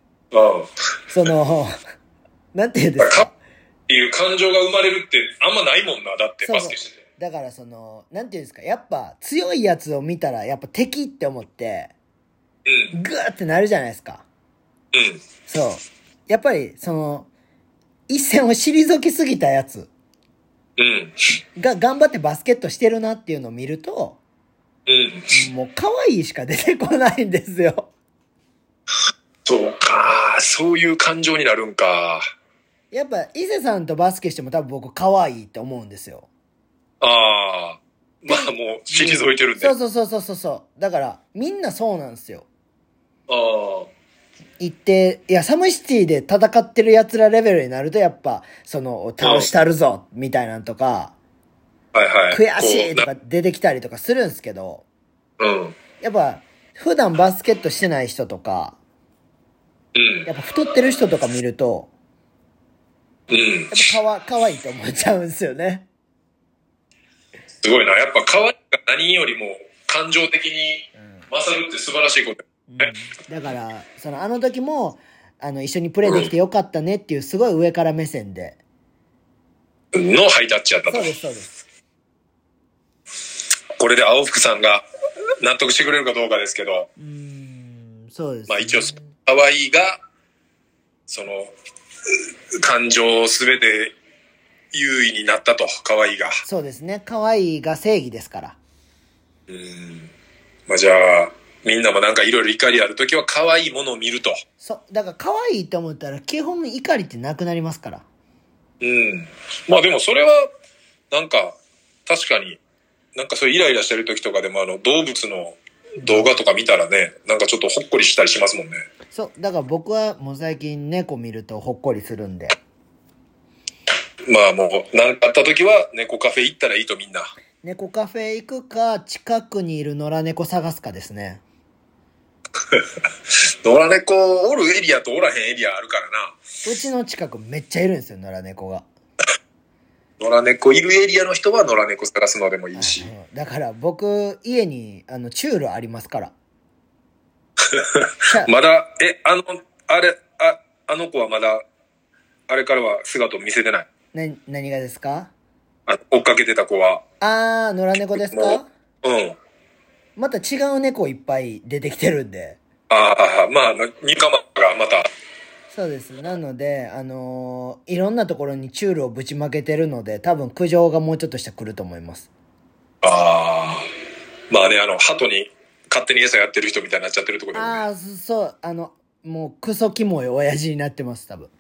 なんて言うんですか。 っていう感情が生まれるってあんまないもんな、だってバスケしてて。 だからなんて言うんですか、やっぱ強いやつを見たらやっぱ敵って思って、 うん。 グーってなるじゃないですか。 うん。 そう。やっぱり一線を退きすぎたやつうん。 が頑張ってバスケットしてるなっていうのを見ると、 うん。 もう可愛いしか出てこないんですよ。 そうか。そういう感情になるんか。 やっぱ伊勢さんとバスケしても多分僕可愛いって思うんですよ。 ああ。まあもう退いてるんで。 そう。だからみんなそうなんですよ。 ああ。 行って、いや、サムシティで戦ってる奴らレベルになるとやっぱ、倒したるぞ、みたいなんとか、 はいはい。 悔しいとか出てきたりとかするんですけど、 うん。 やっぱ、普段バスケットしてない人とか、 うん。 やっぱ太ってる人とか見ると、 うん。 やっぱ可愛いと思っちゃうんですよね。 すごいな。やっぱ可愛いが何よりも感情的に勝るって素晴らしいこと。 だから、あの時も、一緒にプレイできてよかったねっていうすごい上から目線で。 のハイタッチやったと。 そうです。 これで青福さんが納得してくれるかどうかですけど。 そうです、ね。 まあ一応、可愛いが、感情すべて優位になったと、可愛いが。 そうですね。可愛いが正義ですから。 まあじゃあ、みんなもなんかいろいろ怒りあるときは可愛いものを見ると。 そう。だから可愛いと思ったら基本怒りってなくなりますから。 まあでもそれは、なんか、確かに、なんかそういうイライラしてるときとかでも動物の動画とか見たらね、なんかちょっとほっこりしたりしますもんね。 そう。だから僕はもう最近猫見るとほっこりするんで。 まあもう、なんかあったときは猫カフェ行ったらいいとみんな。 猫カフェ行くか、近くにいる野良猫探すかですね。 野良猫おるエリアとおらへんエリアあるからな。 うちの近くめっちゃいるんですよ、野良猫が。 野良猫いるエリアの人は野良猫探すのでもいいし。 だから僕、家に、チュールありますから。 まだ、あの子はまだ、あれからは姿を見せてない。 何がですか？ 追っかけてた子は。 野良猫ですか？また違う猫いっぱい出てきてるんで。 まあ、ニカマがまた。 そうです。なので、いろんなところにチュールをぶちまけてるので、多分苦情がもうちょっとしたら来ると思います。 まあね、鳩に勝手に餌やってる人みたいになっちゃってるところで、ね。 そう、もうクソキモい親父になってます、多分。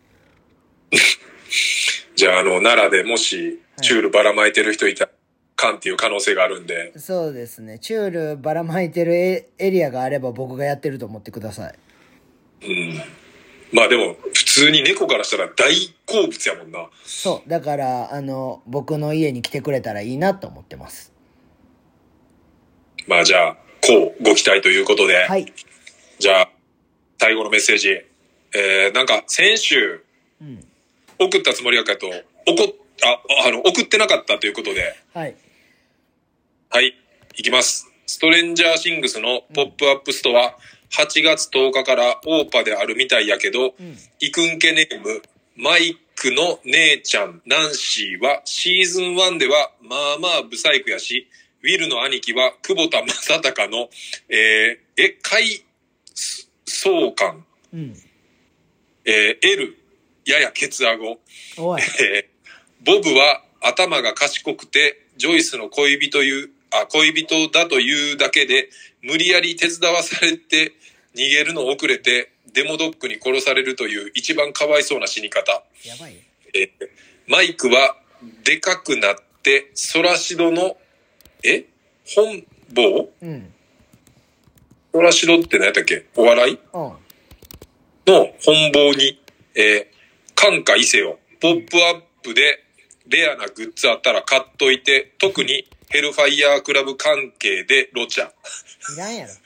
じゃあ、奈良でもし、チュールばらまいてる人いたら、かんっていう可能性があるんで。 そうですね。チュールばらまいてるエリアがあれば僕がやってると思ってください。 まあでも、普通に猫からしたら大好物やもんな。 そう。だから、僕の家に来てくれたらいいなと思ってます。 まあじゃあ、ご期待ということで。 はい。 じゃあ、最後のメッセージ。なんか、先週、送ったつもりやけど、送ってなかったということで。 はい。 はい。いきます。ストレンジャーシングスのポップアップストア、8月10日からオーパであるみたいやけど、イクンケネーム、マイクの姉ちゃん、ナンシーは、シーズン1では、まあまあブサイクやし、ウィルの兄貴は、久保田正孝の、海総監、L、ややケツアゴ、 おい。 ボブは頭が賢くて、ジョイスの恋人だというだけで、無理やり手伝わされて、逃げるの遅れて、デモドッグに殺されるという一番かわいそうな死に方。 やばい。 マイクは、でかくなって、ソラシドの、本坊？ソラシドって何やったっけ？お笑い？の本坊に、感化伊勢を、ポップアップで、レアなグッズあったら買っといて、特にヘルファイヤークラブ関係でロチャ。 いらんやろ。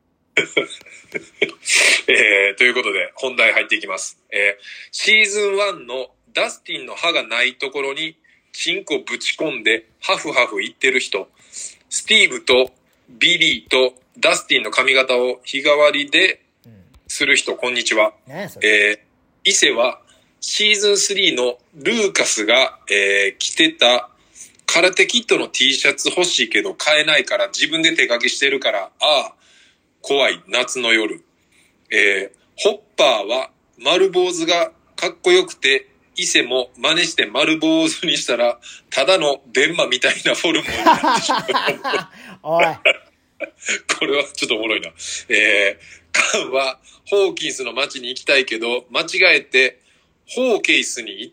ということで本題入っていきます。シーズン1のダスティンの歯がないところにチンコぶち込んでハフハフ言ってる人、スティーブとビリーとダスティンの髪型を日替わりでする人、こんにちは。伊勢はシーズン3のルーカスが、着てた空手キットの T シャツ欲しいけど買えないから自分で手書きしてるから、怖い夏の夜。ホッパーは丸坊主がかっこよくて伊勢も真似して丸坊主にしたら、ただの電マみたいなフォルムになってしまう。 おい。 これはちょっとおもろいな。カンはホーキンスの街に行きたいけど、間違えてホーケイスに行って、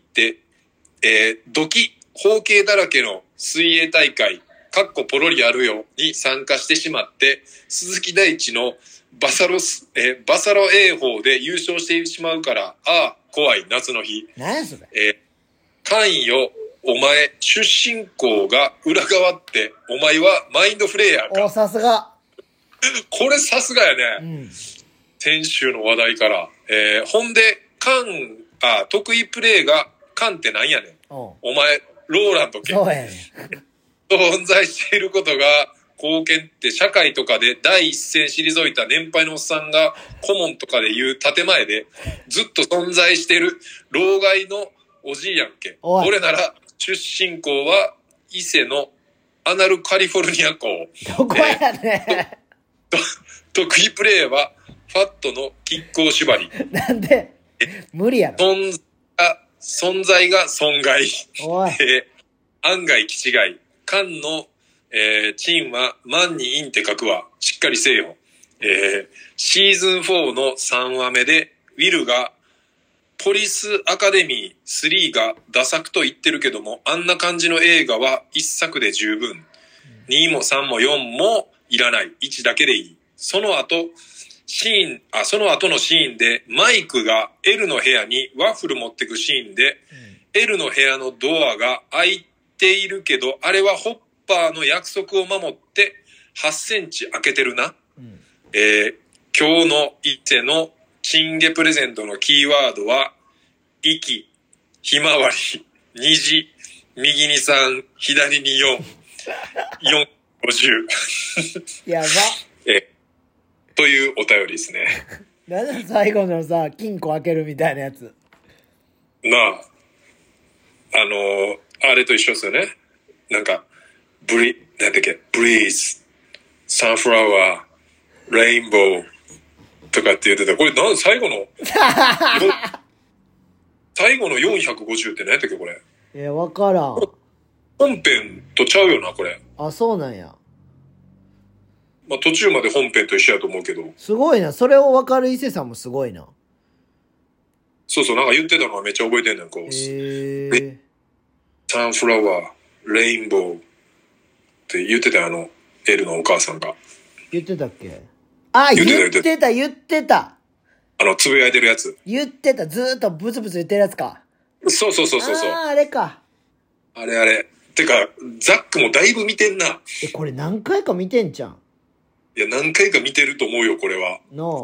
包茎だらけの水泳大会、ポロリあるよに参加してしまって、鈴木大地のバサロ泳法で優勝してしまうから、怖い夏の日。 何やそれ。 カンよ、お前、出身校が裏側って、お前はマインドフレイヤーか。 さすが。 これさすがやね。 うん。 先週の話題から。ほんで、得意プレイが、カンってなんやねん。お前、ローランドそうやねん。 存在していることが貢献って社会とかで第一線退いた年配のおっさんが顧問とかで言う建前でずっと存在している老害のおじいやんけ。俺なら出身校は伊勢のアナルカリフォルニア校。 どこやねん。 得意プレーはファットのキックを縛り。 なんで無理やろ。 存在が損害。 おい。 案外気違い。カンの、チンは万にインって書くわ。しっかりせえよ。シーズン4の3話目で、ウィルが、ポリスアカデミー3がダ作と言ってるけども、あんな感じの映画は1作で十分。2も3も4もいらない。1だけでいい。その後のシーンで、マイクが L の部屋にワッフル持ってくシーンで、L の部屋のドアが開いているけど、あれはホッパーの約束を守って8センチ開けてるな。今日の伊勢のチンゲプレゼントのキーワードは、息、ひまわり、虹、右に3、左に4、4、50。 やば。 というお便りですね。 なんだ最後のさ、金庫開けるみたいなやつ。 なあ。あれと一緒ですよね。なんか、なんだっけ、ブリーズ、サンフラワー、レインボーとかって言ってた。これ最後の450って何やったっけ、これ。 わからん。 本編とちゃうよな、これ。 そうなんや。 まあ途中まで本編と一緒やと思うけど。 すごいな。それを分かる伊勢さんもすごいな。 そう、なんか言ってたのはめっちゃ覚えてんねん、こう。サンフラワー、レインボーって言ってたよ、エルのお母さんが。 言ってたっけ？言ってた。 つぶやいてるやつ。 言ってた。ずーっとブツブツ言ってるやつか。 そう。 あれか。 あれ。てか、ザックもだいぶ見てんな。 これ何回か見てんじゃん。 いや、何回か見てると思うよ、これは。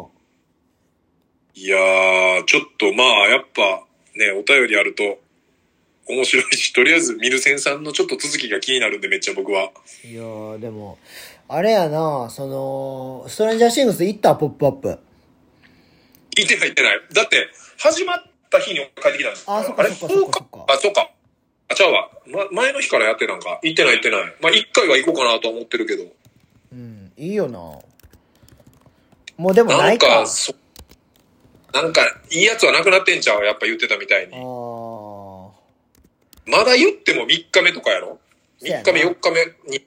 いやー、ちょっとまあ、やっぱ、ね、お便りあると、面白いし、とりあえずミルセンさんのちょっと続きが気になるんで、めっちゃ僕は。 いやー、でも、あれやな、ストレンジャーシングス行った？ポップアップ。 行ってない。だって、始まった日に帰ってきたんです。 そっか。 そうか。ちゃうわ。前の日からやってたんか。行ってない。まあ、一回は行こうかなと思ってるけど。 いいよな。もうでもないか。 なんか、いいやつはなくなってんちゃう？やっぱ言ってたみたいに。まだ言っても3日目とかやろ？ 3 日目、4日目に。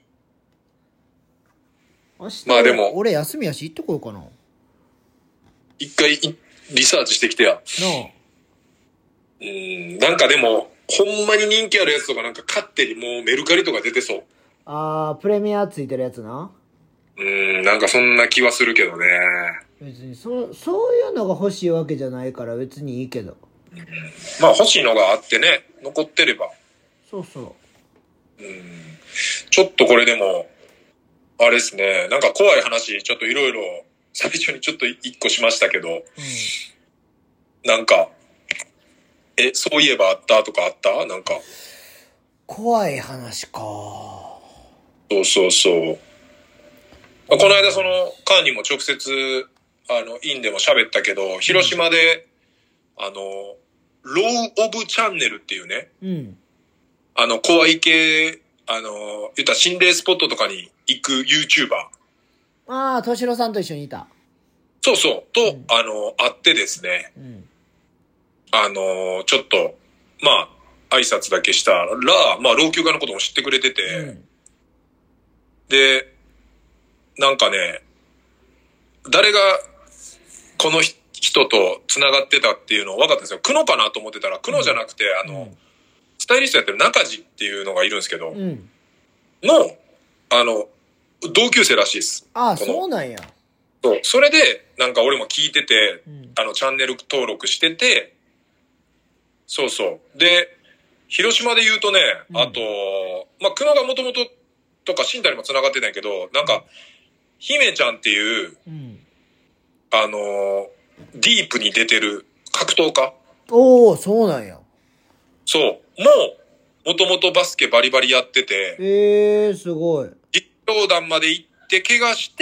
まあでも。 俺休みやし行ってこようかな。 一回リサーチしてきてや。なんかでも、ほんまに人気あるやつとかなんか勝手にもうメルカリとか出てそう。 プレミアついてるやつな。 なんかそんな気はするけどね。 別にそういうのが欲しいわけじゃないから別にいいけど。 まあ欲しいのがあってね、残ってれば。 そう。 ちょっとこれでも、あれですね、なんか怖い話、ちょっといろいろ最初にちょっと一個しましたけど、なんか、そういえばあったとかあった？なんか。 怖い話か。 そう。この間カンにも直接、インでも喋ったけど、広島で、ローオブチャンネルっていうね、怖い系、言ったら心霊スポットとかに行く YouTuber。 敏郎さんと一緒にいた。 そう。と、会ってですね、ちょっと、 まあ、挨拶だけしたら、まあ、老朽化のことも知ってくれてて、 うん。 で、なんかね、誰がこの人と繋がってたっていうの分かったんですよ。久野かなと思ってたら、久野じゃなくて、スタイリストやってる中地っていうのがいるんですけど、 うん。 の、同級生らしいです。 ああ、 このそうなんや。 そう。それで、なんか俺も聞いてて、 うん。 チャンネル登録してて、そうそう。で、広島で言うとね、 うんあと、まあ、久野がもともととか新太にも繋がってないけど、なんか、姫ちゃんっていう、 うん。 ディープに出てる格闘家。 おお、そうなんや。 そう。もともとバスケバリバリやってて、 すごい。 実況団まで行って怪我して、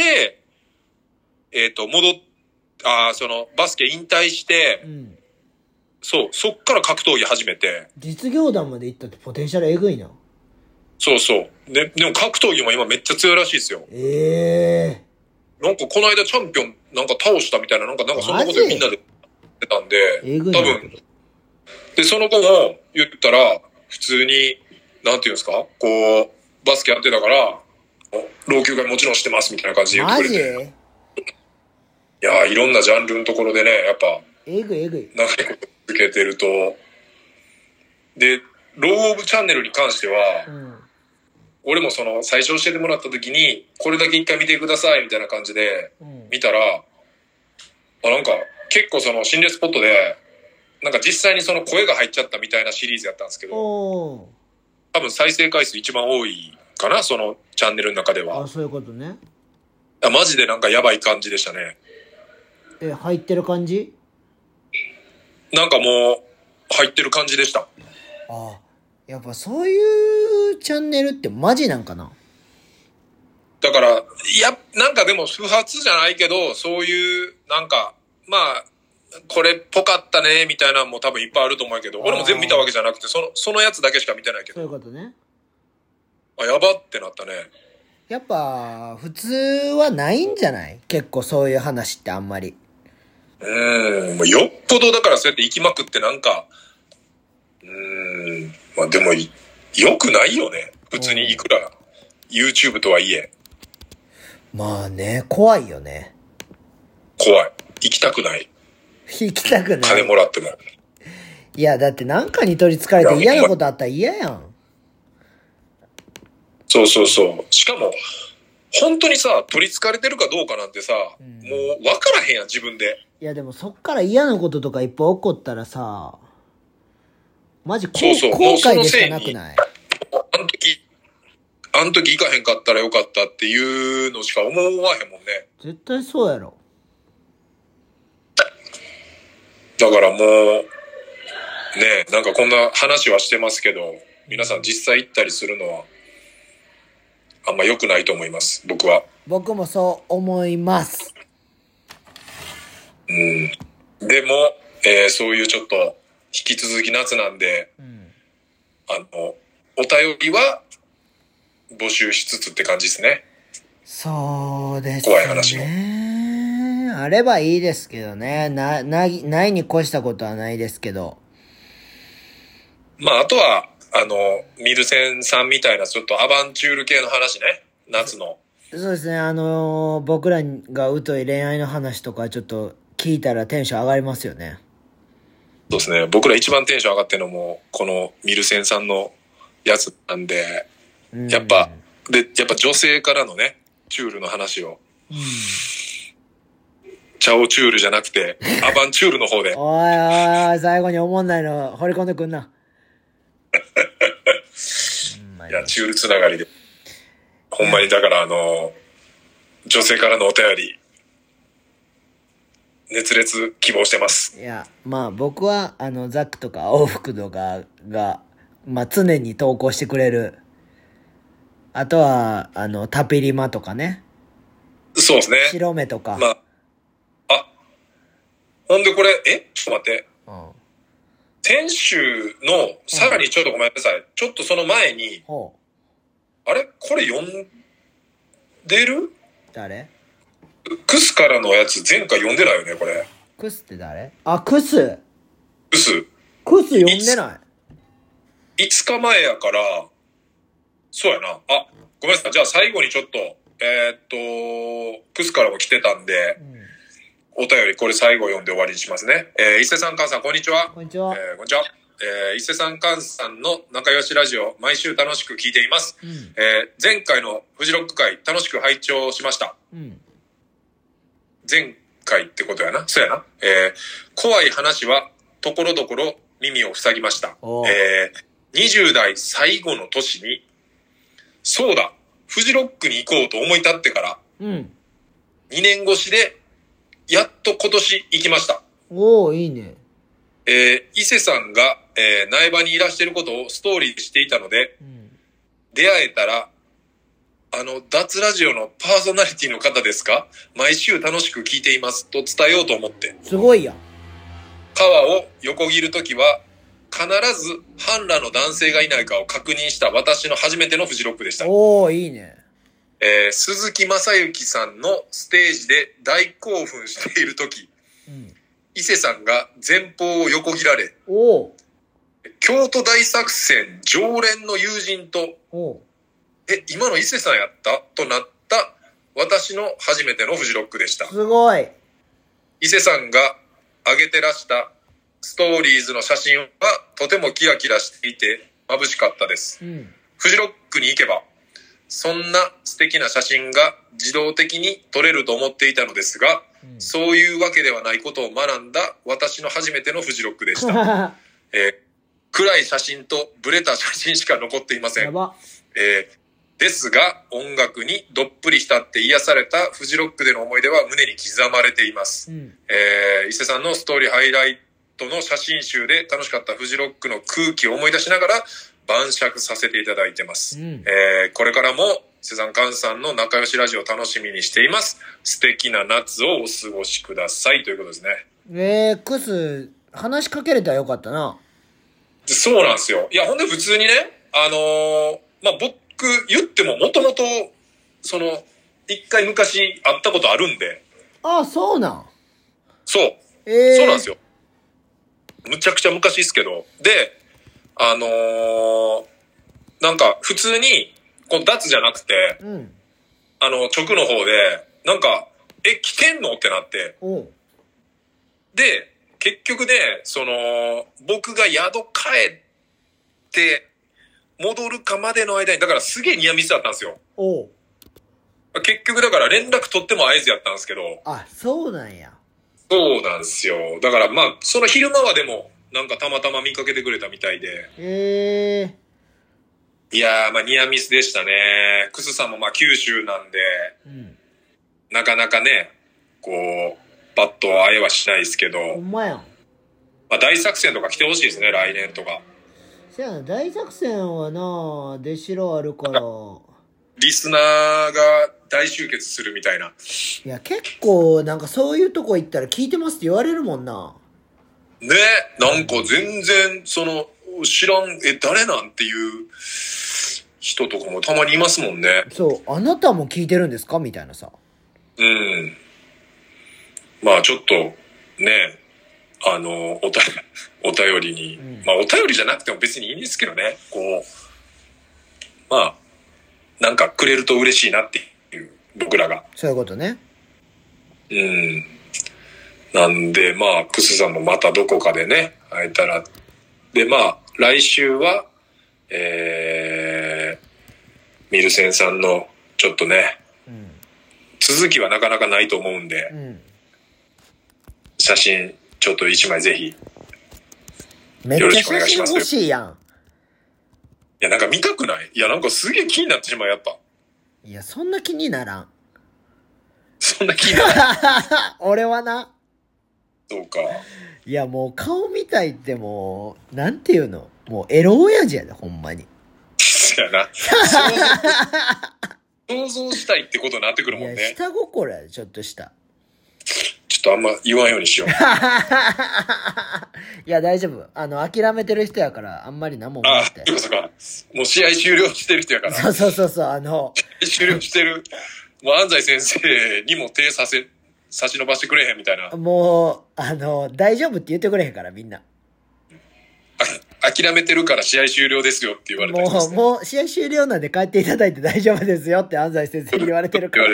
バスケ引退して、 うん。 そう、そっから格闘技始めて、 実業団まで行ったってポテンシャルえぐいな。 そうそう。でも格闘技も今めっちゃ強いらしいですよ。なんかこの間チャンピオンなんか倒したみたいな、なんかそんなことでみんなで言ってたんで、 えぐい多分、で、その子も言ったら、普通に、なんていうんですかこう、バスケやってたから、老朽化もちろんしてますみたいな感じで言ってくれて。いやー、いろんなジャンルのところでね、やっぱ、 えぐいえぐい。 長いこと続けてると、で、ローオブチャンネルに関しては、 うん。 俺もその、最初教えてもらった時に、これだけ一回見てくださいみたいな感じで、見たら、なんか、結構その心霊スポットで、なんか実際にその声が入っちゃったみたいなシリーズやったんですけど、多分再生回数一番多いかな、そのチャンネルの中では。 あ、そういうことね。 マジでなんかやばい感じでしたね。 入ってる感じ？ なんかもう、入ってる感じでした。 あ、やっぱそういうチャンネルってマジなんかな？ だから、なんかでも不発じゃないけど、そういう、なんか、まあ、これっぽかったね、みたいなのも多分いっぱいあると思うけど、俺も全部見たわけじゃなくて、そのやつだけしか見てないけど。 そういうことね。 あ、やばってなったね。 やっぱ、普通はないんじゃない？結構そういう話ってあんまり。 よっぽどだからそうやって行きまくってなんか、まあでも良くないよね。普通にいくら YouTube とはいえ。 まあね、怖いよね。 怖い。行きたくない。 行きたくない。 金もらっても。 いや、だってなんかに取り憑かれて嫌なことあったら嫌やん。 そうそうそう。しかも、本当にさ、取り憑かれてるかどうかなんてさ、もう分からへんやん、自分で。 いや、でもそっから嫌なこととかいっぱい起こったらさ、マジ後悔でしかなくない？ あの時行かへんかったらよかったっていうのしか思わへんもんね。 絶対そうやろ。 だからもう、ねなんかこんな話はしてますけど、皆さん実際行ったりするのは、あんま良くないと思います、僕は。 僕もそう思います。 でも、そういうちょっと、引き続き夏なんで、お便りは募集しつつって感じですね。 そうですね。 怖い話も。 あればいいですけどね。ないに越したことはないですけど。 まあ、あとは、ミルセンさんみたいなちょっとアバンチュール系の話ね。夏の。 そうですね。僕らが疎い恋愛の話とかちょっと聞いたらテンション上がりますよね。 そうですね。僕ら一番テンション上がってるのも、このミルセンさんのやつなんで、やっぱ女性からのね、チュールの話を。チャオチュールじゃなくて、アバンチュールの方で。 おい、最後におもんないの掘り込んでくんな。 いや、チュールつながりで。ほんまにだから女性からのお便り、熱烈希望してます。 いや、まあ僕はザックとか青福とかが、まあ常に投稿してくれる。あとは、タピリマとかね。 そうですね。 白目とか。 まあ、ほんでこれ、ちょっと待って。先週の、さらにちょっとごめんなさい。ちょっとその前に、あれこれ読んでる？ 誰？ クスからのやつ前回読んでないよね、これ。 クスって誰？あ、クスクス読んでない。 5日前やから、そうやな。あ、ごめんなさい。じゃあ最後にちょっと、クスからも来てたんで、お便りこれ最後読んで終わりにしますね。伊勢さん、菅さん、こんにちは。 こんにちは。 こんにちは。伊勢さん、菅さんの仲良しラジオ、毎週楽しく聞いています。前回のフジロック会、楽しく拝聴しました。前回ってことやな。そうやな。怖い話は、ところどころ耳を塞ぎました。20代最後の年に、そうだ、フジロックに行こうと思い立ってから、2年越しで、やっと今年行きました。 おー、いいね。 伊勢さんが、苗場にいらしていることをストーリーしていたので、出会えたら、脱ラジオのパーソナリティの方ですか？毎週楽しく聞いていますと伝えようと思って。 すごいやん。 川を横切るときは、必ず半裸の男性がいないかを確認した私の初めてのフジロックでした。 おー、いいね。 鈴木正幸さんのステージで大興奮しているとき、伊勢さんが前方を横切られ、京都大作戦常連の友人と、今の伊勢さんやったとなった私の初めてのフジロックでした。 すごい。 伊勢さんが上げてらしたストーリーズの写真はとてもキラキラしていて眩しかったです。フジロックに行けば、そんな素敵な写真が自動的に撮れると思っていたのですが、そういうわけではないことを学んだ私の初めてのフジロックでした。暗い写真とブレた写真しか残っていません。ですが、音楽にどっぷり浸って癒されたフジロックでの思い出は胸に刻まれています。伊勢さんのストーリーハイライトの写真集で楽しかったフジロックの空気を思い出しながら晩酌させていただいてます。これからも伊勢さん、菅さんの仲良しラジオを楽しみにしています。素敵な夏をお過ごしくださいということですね。 クス、話しかけれたらよかったな。 そうなんですよ。いや、ほんで普通にね、僕言ってももともと、一回昔会ったことあるんで。 ああ、そうなん。 そう。そうなんですよ。むちゃくちゃ昔ですけど。で、なんか普通に、この脱じゃなくて、直の方で、なんか、来てんのってなって。で、結局ね、僕が宿帰って、戻るかまでの間に、だからすげえニアミスだったんですよ。結局だから連絡取っても合図やったんですけど。 あ、そうなんや。 そうなんですよ。だからその昼間はでも、なんかたまたま見かけてくれたみたいで。いやー、ニアミスでしたね。クスさんも九州なんで、なかなかね、こう、パッと会えはしないですけど。 ほんまやん。 大作戦とか来てほしいですね、来年とか。 せやな、大作戦はな、出城あるから。 リスナーが大集結するみたいな。 いや、結構、なんかそういうとこ行ったら聞いてますって言われるもんな。 ね、なんか全然、知らん、誰なんていう人とかもたまにいますもんね。 そう、あなたも聞いてるんですかみたいなさ。 ちょっと、ね、お便りに、お便りじゃなくても別にいいんですけどね、こう、なんかくれると嬉しいなっていう、僕らが。 そういうことね。 なんで、クスさんもまたどこかでね、会えたら。で、来週は、ミルセンさんの、ちょっとね、続きはなかなかないと思うんで、写真、ちょっと一枚ぜひ、 めっちゃ写真欲しいやん。 いや、なんか見たくない？いや、なんかすげえ気になってしまう、やっぱ。 いや、そんな気にならん。 そんな気にならん。 俺はな。 そうか。 いや、もう顔見たいってもう、なんていうの？もうエロ親父やで、ほんまに。 そやな。想像したいってことになってくるもんね。 いや、下心やで、ちょっとした。 ちょっとあんま言わんようにしよう。 いや、大丈夫。諦めてる人やから、あんまり何も思って。 そうか。もう試合終了してる人やから。 そう。 試合終了してる。もう安西先生にも手差し伸ばしてくれへんみたいな。 もう、大丈夫って言ってくれへんから、みんな。 諦めてるから試合終了ですよって言われたりしますね。 もう試合終了なんで帰っていただいて大丈夫ですよって安西先生に言われてるから。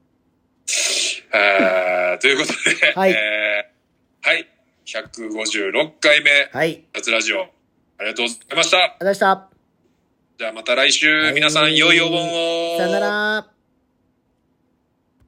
ということで、 はい。 はい。156回目、 はい。 脱ラジオ、ありがとうございました。 ありがとうございました。 じゃあまた来週、皆さん、良いお盆を。 さよなら。